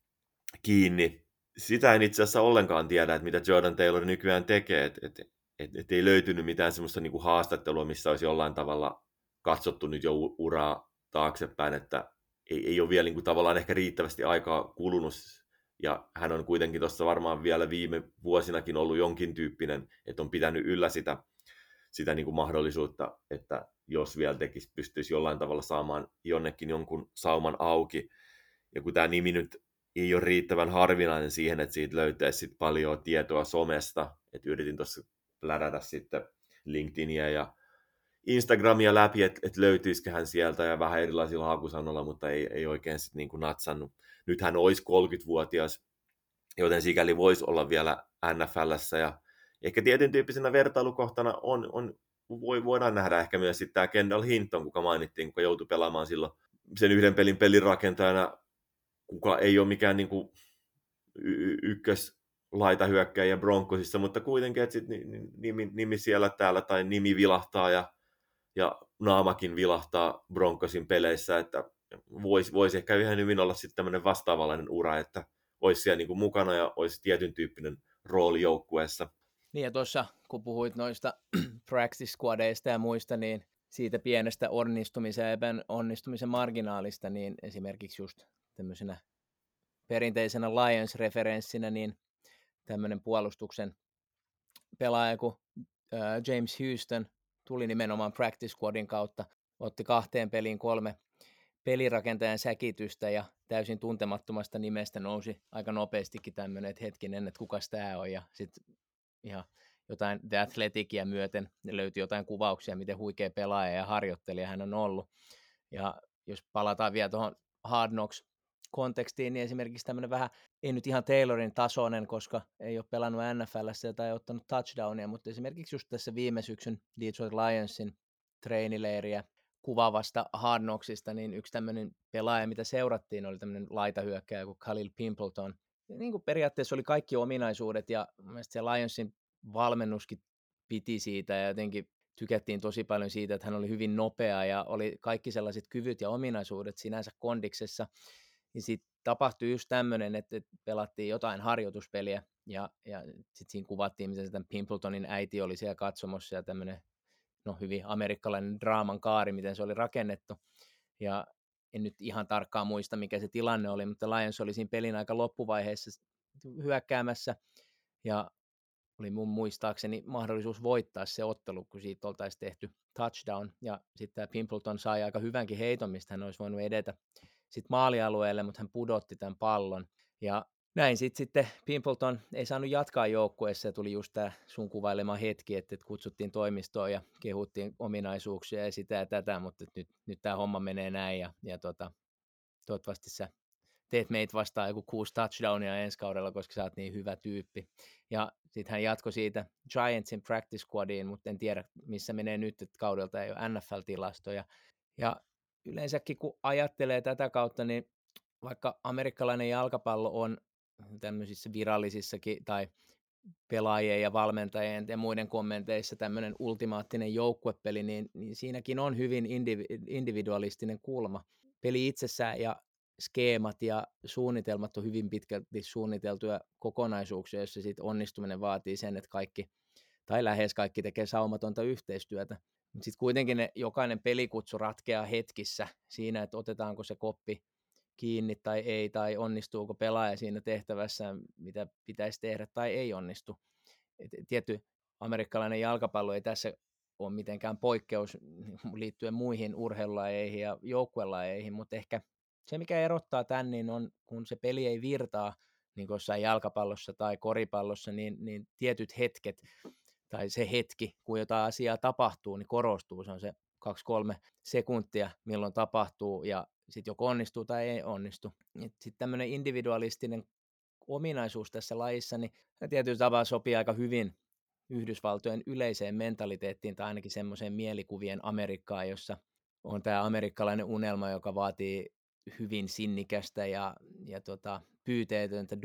kiinni. Sitä en itse asiassa ollenkaan tiedä, että mitä Jordan Taylor nykyään tekee, että ei löytynyt mitään semmoista niin kuin haastattelua, missä olisi jollain tavalla katsottu nyt jo uraa taaksepäin, että ei ole vielä niin kuin tavallaan ehkä riittävästi aikaa kulunut, ja hän on kuitenkin tuossa varmaan vielä viime vuosinakin ollut jonkin tyyppinen, että on pitänyt yllä sitä niin kuin mahdollisuutta, että jos vielä pystyisi jollain tavalla saamaan jonnekin jonkun sauman auki, ja kun tämä nimi nyt ei ole riittävän harvinainen siihen, että siitä löytäisi sit paljon tietoa somesta, että yritin tuossa lärätä sitten LinkedInia ja Instagramia läpi, että löytyisikö hän sieltä ja vähän erilaisilla hakusanoilla, mutta ei oikein sitten niin kuin natsannut. Nyt hän olisi 30-vuotias, joten sikäli voisi olla vielä NFL:ssä, ja ehkä tietyn tyyppisenä vertailukohtana voidaan nähdä ehkä myös sitten tämä Kendall Hinton, kuka mainittiin, kuka joutui pelaamaan silloin sen yhden pelin pelirakentajana, kuka ei ole mikään niin kuin ykköslaitahyökkäjä Broncosissa, mutta kuitenkin, että sit nimi siellä täällä tai nimi vilahtaa ja naamakin vilahtaa Broncosin peleissä, että voisi ehkä ihan hyvin olla sitten tämmöinen vastaavallainen ura, että olisi siellä niin kuin mukana ja olisi tietyn tyyppinen rooli joukkueessa. Niin ja tuossa, kun puhuit noista practice squadeista ja muista, niin siitä pienestä onnistumisen ja epäonnistumisen marginaalista, niin esimerkiksi just tämmöisenä perinteisenä Lions-referenssinä, niin tämmöinen puolustuksen pelaaja kuin James Houston tuli nimenomaan practice squadin kautta, otti 2 peliin 3 pelirakentajan säkitystä ja täysin tuntemattomasta nimestä nousi aika nopeastikin tämmöinen, että hetkinen, että kukas tämä on, ja sitten ihan jotain The Athleticia myöten löytyi jotain kuvauksia, miten huikea pelaaja ja harjoittelija hän on ollut. Ja jos palataan vielä tuohon Hard Knocks kontekstiin, niin esimerkiksi tämmöinen vähän, ei nyt ihan Taylorin tasoinen, koska ei ole pelannut NFL:ssä tai ottanut touchdownia, mutta esimerkiksi just tässä viime syksyn Detroit Lionsin treenileiriä kuvaavasta Hard Knocksista, niin yksi tämmöinen pelaaja, mitä seurattiin, oli tämmöinen laitahyökkäjä kuin Khalil Pimpleton. Ja niin kuin periaatteessa oli kaikki ominaisuudet, ja mielestäni se Lionsin valmennuskin piti siitä, ja jotenkin tykättiin tosi paljon siitä, että hän oli hyvin nopea, ja oli kaikki sellaiset kyvyt ja ominaisuudet sinänsä kondiksessa. Niin sitten tapahtui just tämmöinen, että pelattiin jotain harjoituspeliä, ja sitten siinä kuvattiin, miten tämän Pimpletonin äiti oli siellä katsomossa, ja tämmöinen hyvin amerikkalainen draaman kaari, miten se oli rakennettu. Ja en nyt ihan tarkkaan muista, mikä se tilanne oli, mutta Lions oli siinä pelin aika loppuvaiheessa hyökkäämässä, ja oli mun muistaakseni mahdollisuus voittaa se ottelu, kun siitä oltaisiin tehty touchdown, ja sitten tämä Pimpleton sai aika hyvänkin heiton, mistä hän olisi voinut edetä sitten maalialueelle, mutta hän pudotti tämän pallon, ja näin sitten Pimpleton ei saanut jatkaa joukkueessa, ja tuli just tämä sun kuvailema hetki, että kutsuttiin toimistoon ja kehuttiin ominaisuuksia ja sitä ja tätä, mutta nyt tämä homma menee näin, ja toivottavasti sä teet meitä vastaan joku 6 touchdownia ensi kaudella, koska sä oot niin hyvä tyyppi. Ja sitten hän jatkoi siitä Giantsin practice squadiin, mutta en tiedä, missä menee nyt, että kaudelta ei ole NFL-tilastoja. Ja yleensäkin, kun ajattelee tätä kautta, niin vaikka amerikkalainen jalkapallo on tämmöisissä virallisissakin tai pelaajien ja valmentajien ja muiden kommenteissa tämmöinen ultimaattinen joukkuepeli, niin siinäkin on hyvin individualistinen kulma. Peli itsessään ja skeemat ja suunnitelmat on hyvin pitkälti suunniteltuja kokonaisuuksia, joissa sit onnistuminen vaatii sen, että kaikki tai lähes kaikki tekee saumatonta yhteistyötä. Mutta sitten kuitenkin jokainen pelikutsu ratkeaa hetkissä siinä, että otetaanko se koppi kiinni tai ei, tai onnistuuko pelaaja siinä tehtävässä, mitä pitäisi tehdä tai ei onnistu. Tietty amerikkalainen jalkapallo ei tässä ole mitenkään poikkeus liittyen muihin urheilulajeihin ja joukkuelajeihin, mutta ehkä se, mikä erottaa tämän, niin on, kun se peli ei virtaa, niin kuin jossain jalkapallossa tai koripallossa, niin tietyt hetket, tai se hetki, kun jotain asiaa tapahtuu, niin korostuu. Se on se 2-3 sekuntia, milloin tapahtuu, ja sitten joko onnistuu tai ei onnistu. Sitten tämmöinen individualistinen ominaisuus tässä lajissa, niin tietyllä tavalla sopii aika hyvin Yhdysvaltojen yleiseen mentaliteettiin tai ainakin semmoiseen mielikuvien Amerikkaan, jossa on tämä amerikkalainen unelma, joka vaatii hyvin sinnikästä ja pyyteetöntä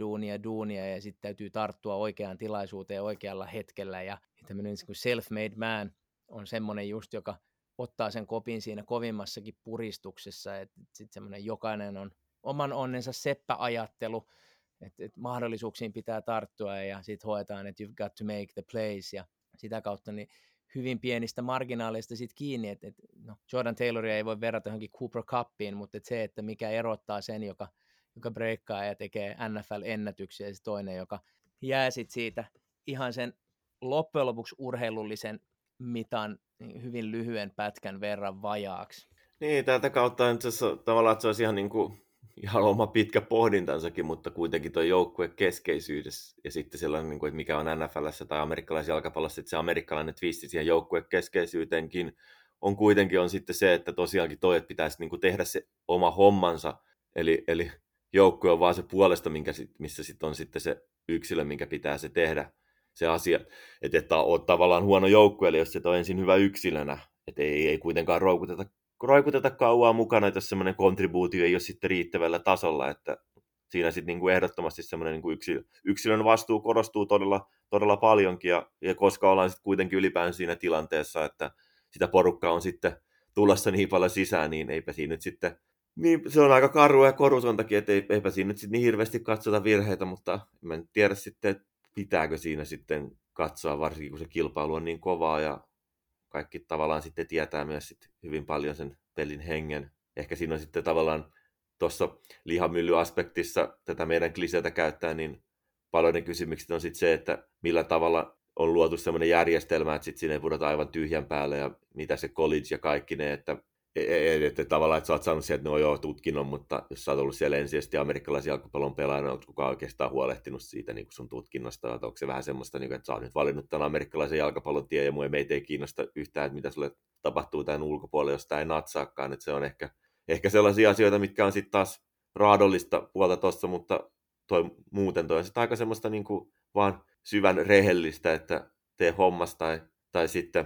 duunia ja sitten täytyy tarttua oikeaan tilaisuuteen oikealla hetkellä ja tämmöinen self-made man on semmoinen just, joka ottaa sen kopin siinä kovimmassakin puristuksessa, että sitten semmoinen jokainen on oman onnensa seppäajattelu, että mahdollisuuksiin pitää tarttua ja sitten hoetaan, että you've got to make the plays ja sitä kautta niin hyvin pienistä marginaaleista sit kiinni, että Jordan Tayloria ei voi verrata johonkin Cooper Cupiin, mutta se, että mikä erottaa sen, joka breikkaa ja tekee NFL-ennätyksiä ja se toinen, joka jää sit siitä ihan sen loppujen lopuksi urheilullisen mitan hyvin lyhyen pätkän verran vajaaksi. Niin, tältä kautta nyt tavallaan, että se olisi ihan, niin kuin, ihan oma pitkä pohdintansakin, mutta kuitenkin tuo joukkue keskeisyydessä ja sitten sellainen, niin kuin, että mikä on NFL:ssä tai amerikkalaisessa jalkapallossa, että se amerikkalainen twisti siihen joukkue keskeisyyteenkin on kuitenkin on sitten se, että tosiaankin toi, että pitäisi niin kuin tehdä se oma hommansa, eli joukkue on vaan se puolesta, missä sitten on sitten se yksilö, minkä pitää se tehdä, se asia, että on tavallaan huono joukkue, eli jos se on ensin hyvä yksilönä, että ei kuitenkaan roikuteta kauaa mukana, jos semmoinen kontribuutio ei ole sitten riittävällä tasolla, että siinä sitten niin kuin ehdottomasti semmoinen niin kuin yksilön vastuu korostuu todella, todella paljonkin, ja koska ollaan sitten kuitenkin ylipäänsä siinä tilanteessa, että sitä porukkaa on sitten tulossa niin paljon sisään, niin eipä siinä nyt sitten, niin se on aika karua ja korutontakin, että eipä siinä nyt sitten niin hirveästi katsota virheitä, mutta mä en tiedä sitten, että pitääkö siinä sitten katsoa, varsinkin kun se kilpailu on niin kovaa, ja kaikki tavallaan sitten tietää myös sitten hyvin paljon sen pelin hengen. Ehkä siinä on sitten tavallaan tuossa lihamyllyaspektissa tätä meidän kliseitä käyttää, niin paljon ne kysymykset on sitten se, että millä tavalla on luotu sellainen järjestelmä, että sitten siinä ei pudota aivan tyhjän päälle ja mitä se college ja kaikki ne, että tavallaan, että sä oot saanut sieltä, että no joo, tutkinnon, mutta jos sä oot ollut siellä ensisijaisesti amerikkalaisen jalkapallon pelaajana, onko kukaan oikeastaan huolehtinut siitä niin kuin sun tutkinnosta, että onko se vähän semmoista, että sä oot nyt valinnut tämän amerikkalaisen jalkapallon tien ja meitä ei kiinnosta yhtään, että mitä sulle tapahtuu tämän ulkopuolella, jos tämä ei natsaakaan, että se on ehkä sellaisia asioita, mitkä on sitten taas raadollista puolta tuossa, mutta muuten toi on sitten aika semmoista niin kuin vaan syvän rehellistä, että tee hommas tai sitten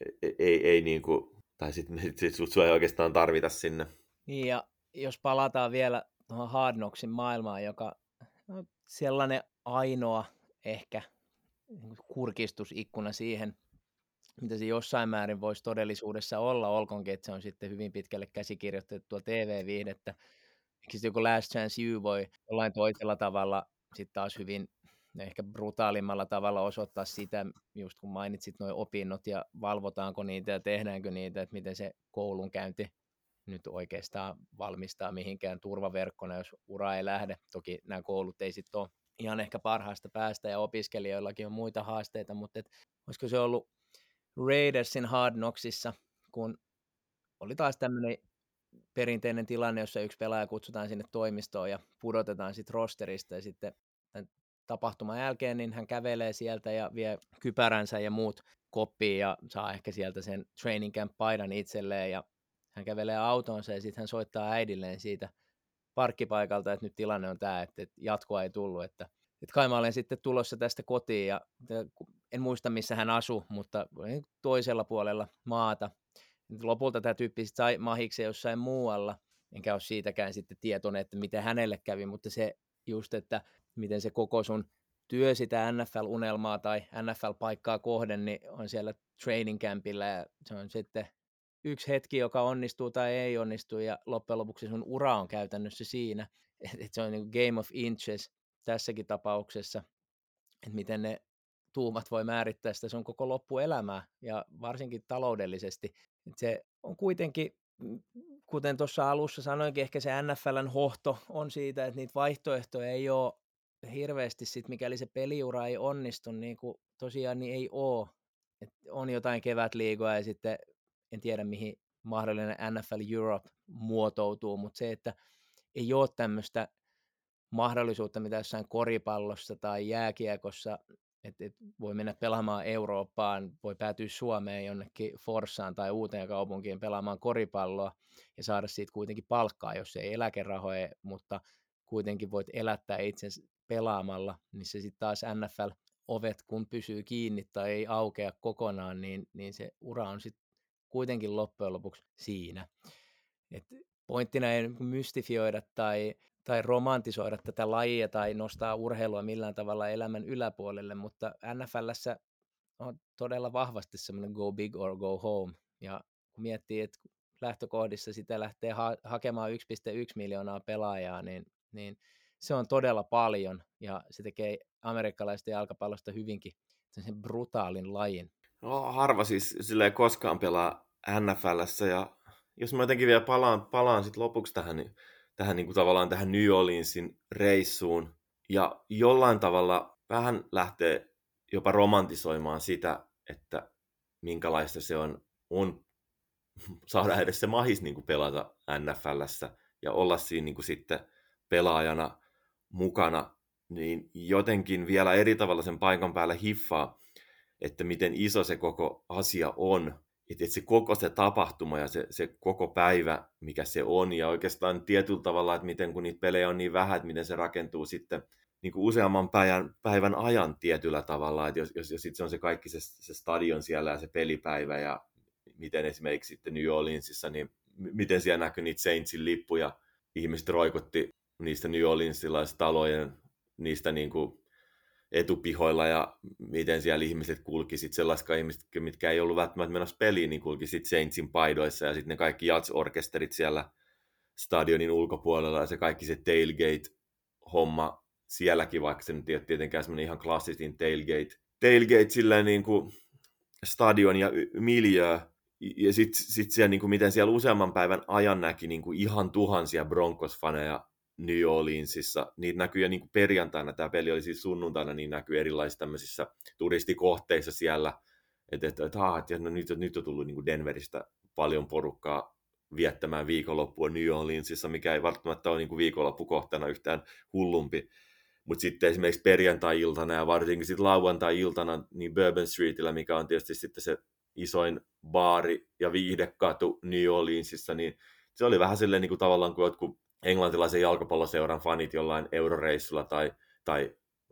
ei niin kuin tai sitten sua ei oikeastaan tarvita sinne. Niin, ja jos palataan vielä tuohon Hard Knocksin maailmaan, joka on sellainen ainoa ehkä kurkistusikkuna siihen, mitä se jossain määrin voisi todellisuudessa olla, olkoonkin, että se on sitten hyvin pitkälle käsikirjoitettua TV-viihdettä. Sitten joku Last Chance You voi jollain toisella tavalla sitten taas hyvin ehkä brutaalimmalla tavalla osoittaa sitä, just kun mainitsit nuo opinnot ja valvotaanko niitä ja tehdäänkö niitä, että miten se koulunkäynti nyt oikeastaan valmistaa mihinkään turvaverkkona, jos ura ei lähde. Toki nämä koulut ei sitten ole ihan ehkä parhaasta päästä ja opiskelijoillakin on muita haasteita, mutta olisiko se ollut Raidersin Hard Knocksissa, kun oli taas tämmöinen perinteinen tilanne, jossa yksi pelaaja kutsutaan sinne toimistoon ja pudotetaan sitten rosterista ja sitten tämän tapahtuman jälkeen niin hän kävelee sieltä ja vie kypäränsä ja muut koppiin ja saa ehkä sieltä sen training camp paidan itselleen ja hän kävelee autoonsa ja sitten hän soittaa äidilleen siitä parkkipaikalta, että nyt tilanne on tämä, että jatkoa ei tullut, että kai mä olen sitten tulossa tästä kotiin ja en muista missä hän asui, mutta toisella puolella maata. Lopulta tämä tyyppi sai mahiksen jossain muualla, enkä ole siitäkään sitten tietoinen, että miten hänelle kävi, mutta se just, että miten se koko sun työ sitä NFL-unelmaa tai NFL-paikkaa kohden, niin on siellä training campilla ja se on sitten yksi hetki, joka onnistuu tai ei onnistu, ja loppujen lopuksi sun ura on käytännössä siinä, että se on niin kuin game of inches tässäkin tapauksessa, että miten ne tuumat voi määrittää sitä sun koko loppuelämää, ja varsinkin taloudellisesti. Että se on kuitenkin, kuten tuossa alussa sanoinkin, ehkä se NFLn hohto on siitä, että niitä vaihtoehtoja ei ole hirveästi, sit, mikäli se peliura ei onnistu, niin kuin tosiaan niin ei ole. Et on jotain kevätliigoja ja sitten en tiedä, mihin mahdollinen NFL Europe muotoutuu, mutta se, että ei ole tämmöistä mahdollisuutta, mitä jossain koripallossa tai jääkiekossa, että voi mennä pelaamaan Eurooppaan, voi päätyä Suomeen jonnekin Forssaan tai uuteen kaupunkiin pelaamaan koripalloa ja saada siitä kuitenkin palkkaa, jos ei eläkerahoja, mutta kuitenkin voit elättää itsensä pelaamalla, niin se sitten taas NFL-ovet, kun pysyy kiinni tai ei aukea kokonaan, niin se ura on sitten kuitenkin loppujen lopuksi siinä. Et pointtina ei mystifioida tai romantisoida tätä lajia tai nostaa urheilua millään tavalla elämän yläpuolelle, mutta NFL:ssä on todella vahvasti semmoinen go big or go home, ja kun miettii, että lähtökohdissa sitä lähtee hakemaan 1,1 miljoonaa pelaajaa, niin se on todella paljon, ja se tekee amerikkalaisten jalkapallosta hyvinkin sen brutaalin lajin. No, harva siis silleen koskaan pelaa NFL:ssä, ja jos mä jotenkin vielä palaan sit lopuksi tähän niin kuin tavallaan tähän New Orleansin reissuun, ja jollain tavalla vähän lähtee jopa romantisoimaan sitä, että minkälaista se on saada edes se mahis niin kuin pelata NFL:ssä ja olla siinä niin kuin sitten pelaajana mukana, niin jotenkin vielä eri tavalla sen paikan päällä hiffaa, että miten iso se koko asia on, että se koko se tapahtuma ja se koko päivä, mikä se on, ja oikeastaan tietyllä tavalla, että miten kun niitä pelejä on niin vähän, että miten se rakentuu sitten niin kuin useamman päivän ajan tietyllä tavalla, että jos sitten se on se kaikki se stadion siellä ja se pelipäivä, ja miten esimerkiksi sitten New Orleansissa, niin miten siellä näkyi niitä Saintsin lippuja, ihmiset roikutti niistä New Orleansilaisista talojen, niistä niin kuin etupihoilla, ja miten siellä ihmiset kulki, sitten sellaisia ihmiset, mitkä ei ollut välttämättä menossa peliin, niin kulki sitten Saintsin paidoissa, ja sitten ne kaikki jazz-orkesterit siellä stadionin ulkopuolella, ja se kaikki se tailgate-homma sielläkin, vaikka se nyt ei ole tietenkään semmoinen ihan klassisin tailgate silleen niin kuin stadion ja miljö, ja sitten siellä, niin kuin miten siellä useamman päivän ajan näki niin kuin ihan tuhansia Broncos-faneja New Orleansissa. Niitä näkyy jo niin kuin perjantaina, tämä peli oli siis sunnuntaina, niin näkyy erilaisissa tämmöisissä turistikohteissa siellä, että no nyt on tullut niin kuin Denveristä paljon porukkaa viettämään viikonloppua New Orleansissa, mikä ei välttämättä ole niin kuin viikonloppukohteena yhtään hullumpi. Mutta sitten esimerkiksi perjantai-iltana ja varsinkin sitten lauantai-iltana niin Bourbon Streetillä, mikä on tietysti sitten se isoin baari ja viihdekatu New Orleansissa, niin se oli vähän silleen niin kuin tavallaan kuin jotkut englantilaisen jalkapalloseuran fanit jollain euroreissulla tai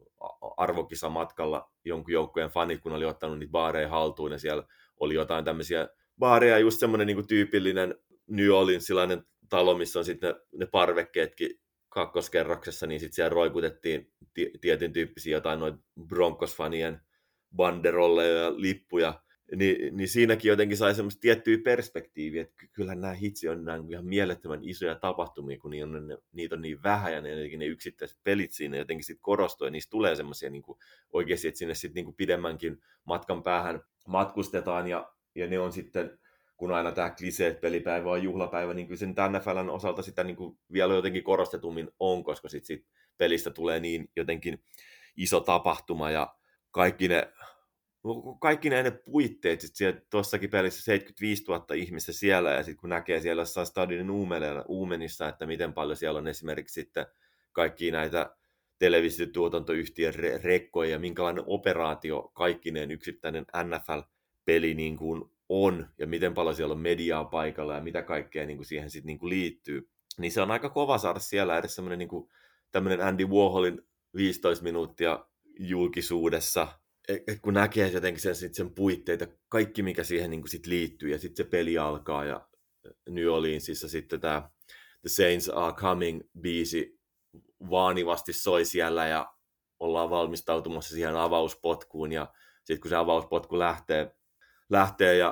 arvokisamatkalla jonkun joukkueen fanit, kun oli ottanut niitä baareja haltuun, ja siellä oli jotain tämmöisiä baareja, just semmoinen niin kuin tyypillinen New Orleansilainen talo, missä on sitten ne parvekkeetkin kakkoskerroksessa, niin sitten siellä roikutettiin tietyn tyyppisiä jotain noin Broncos-fanien banderolleja ja lippuja, niin siinäkin jotenkin sai semmoista tiettyä perspektiiviä, että kyllähän nämä hitsi on nämä ihan mielettömän isoja tapahtumia, kun niitä on niin vähän, ja ne yksittäiset pelit siinä jotenkin sitten korostuu, ja niistä tulee semmoisia niin kuin oikeasti, että sinne sitten niin kuin pidemmänkin matkan päähän matkustetaan, ja ne on sitten, kun aina tämä klisee, että pelipäivä on juhlapäivä, niin kyllä sen NFL:n osalta sitä niin kuin vielä jotenkin korostetummin on, koska sitten pelistä tulee niin jotenkin iso tapahtuma, ja kaikki ne puitteet, sitten tuossakin pelissä 75 000 ihmistä siellä, ja sitten kun näkee siellä jossain stadionin Uumenissa, että miten paljon siellä on esimerkiksi sitten kaikkia näitä televisiotuotantoyhtiön rekkoja, ja minkälainen operaatio kaikkineen yksittäinen NFL-peli niin kuin on, ja miten paljon siellä on mediaa paikalla, ja mitä kaikkea niin kuin siihen sitten niin kuin liittyy, niin se on aika kova saada siellä edes semmoinen niin kuin tämmöinen Andy Warholin 15 minuuttia julkisuudessa, kun näkee jotenkin sen puitteita, kaikki mikä siihen niin kuin sit liittyy, ja sitten se peli alkaa, ja New Orleansissa sitten tämä The Saints Are Coming-biisi vaanivasti soi siellä, ja ollaan valmistautumassa siihen avauspotkuun, ja sitten kun se avauspotku lähtee ja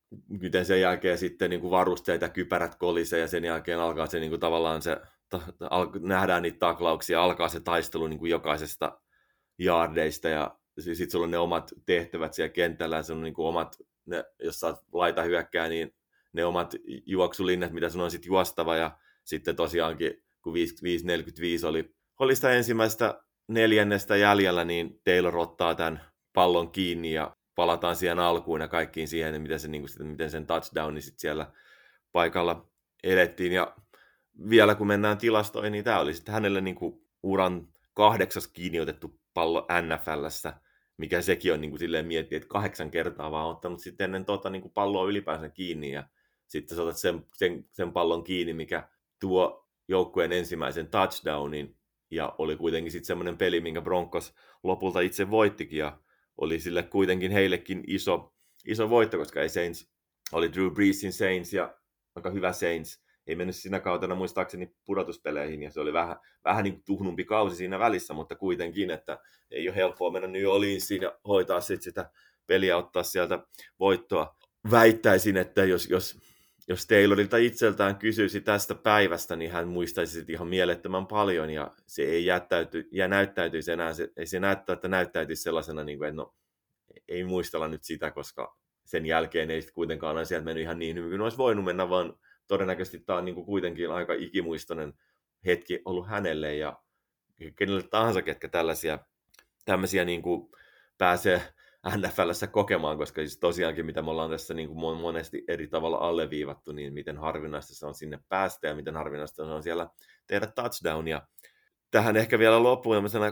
miten sen jälkeen sitten niin kuin varusteet ja kypärät kolisee ja sen jälkeen alkaa se niin kuin tavallaan se, nähdään niitä taklauksia, alkaa se taistelu niin kuin jokaisesta jaardeista ja sitten sulla on ne omat tehtävät siellä kentällä ja sun on niin kuin omat, jos sä oot laita hyökkää, niin ne omat juoksulinnat, mitä sun on sitten juostava ja sitten tosiaankin kun 5.45 oli sitä ensimmäistä neljännestä jäljellä, niin Taylor ottaa tämän pallon kiinni ja palataan siihen alkuun ja kaikkiin siihen, miten sen touchdowni sitten siellä paikalla elettiin. Ja vielä kun mennään tilastoihin, niin tämä oli sitten hänelle niin kuin uran 8. kiinni otettu pallo NFL:ssä, mikä sekin on niin kuin silleen miettiä, että 8 kertaa vaan ottanut sitten ennen niin kuin palloa ylipäänsä kiinni ja sitten sä otat sen pallon kiinni, mikä tuo joukkueen ensimmäisen touchdownin ja oli kuitenkin sitten semmoinen peli, minkä Broncos lopulta itse voittikin ja oli sille kuitenkin heillekin iso voitto, koska ei Saints, oli Drew Breesin Saints ja aika hyvä Saints, ei mennyt siinä kautena muistaakseni pudotuspeleihin ja se oli vähän niin kuin tuhnumpi kausi siinä välissä, mutta kuitenkin, että ei ole helppoa mennä New Orleansiin ja hoitaa sitten sitä peliä, ottaa sieltä voittoa. Väittäisin, että jos Taylorilta itseltään kysyisi tästä päivästä, niin hän muistaisi sitä ihan mielettömän paljon, ja se ei näyttäytyisi enää, se näyttäytyisi sellaisena, niin kuin, että no, ei muistella nyt sitä, koska sen jälkeen ei sitten kuitenkaan asiat mennyt ihan niin hyvin kuin olisi voinut mennä, vaan todennäköisesti tämä on niin kuin kuitenkin aika ikimuistoinen hetki ollut hänelle, ja kenelle tahansa, ketkä tämmöisiä niin kuin pääsee NFL:ssä kokemaan, koska siis tosiaankin, mitä me ollaan tässä niin kuin monesti eri tavalla alleviivattu, niin miten harvinaista se on sinne päästä ja miten harvinaista se on siellä tehdä touchdownia. Tähän ehkä vielä loppuun tämmöisenä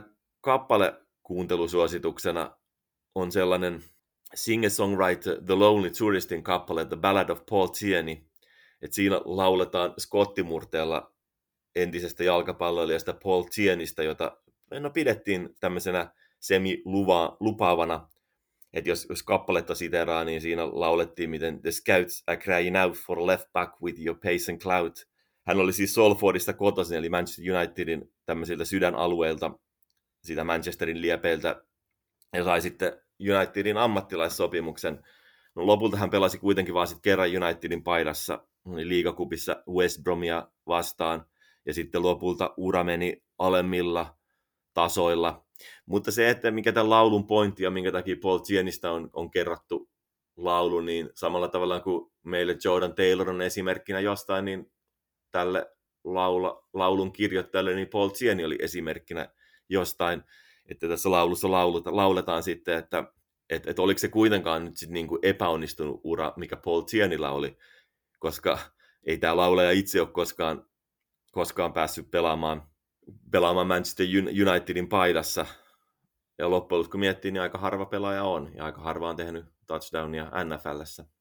kappalekuuntelusuosituksena on sellainen singer-songwriter The Lonely Touristin kappale The Ballad of Paul Tierney, että siinä lauletaan skottimurteella entisestä jalkapalloilijasta Paul Tierneystä, jota pidettiin tämmöisenä semi-lupaavana. Että jos kappaletta siteraa, niin siinä laulettiin, miten The Scouts are crying out for left back with your pace and clout. Hän oli siis Salfordista kotoisin, eli Manchester Unitedin tämmöisiltä sydänalueilta, siitä Manchesterin liepeiltä, ja sai sitten Unitedin ammattilaissopimuksen. No, lopulta hän pelasi kuitenkin vaan sitten kerran Unitedin paidassa, liigakupissa West Bromia vastaan, ja sitten lopulta ura meni alemmilla tasoilla. Mutta se, että mikä tämän laulun pointti ja minkä takia Paul Tierneystä on kerrottu laulu, niin samalla tavalla kuin meille Jordan Taylor on esimerkkinä jostain, niin tälle laulun kirjoittajalle niin Paul Tierney oli esimerkkinä jostain, että tässä laulussa lauletaan sitten, että oliko se kuitenkaan nyt sitten niin kuin epäonnistunut ura, mikä Paul Tierneyllä oli, koska ei tämä laulaja itse ole koskaan päässyt pelaamaan Manchester Unitedin paidassa. Ja loppujen kun miettii, niin aika harva pelaaja on. Ja aika harva on tehnyt touchdownia NFL:ssä.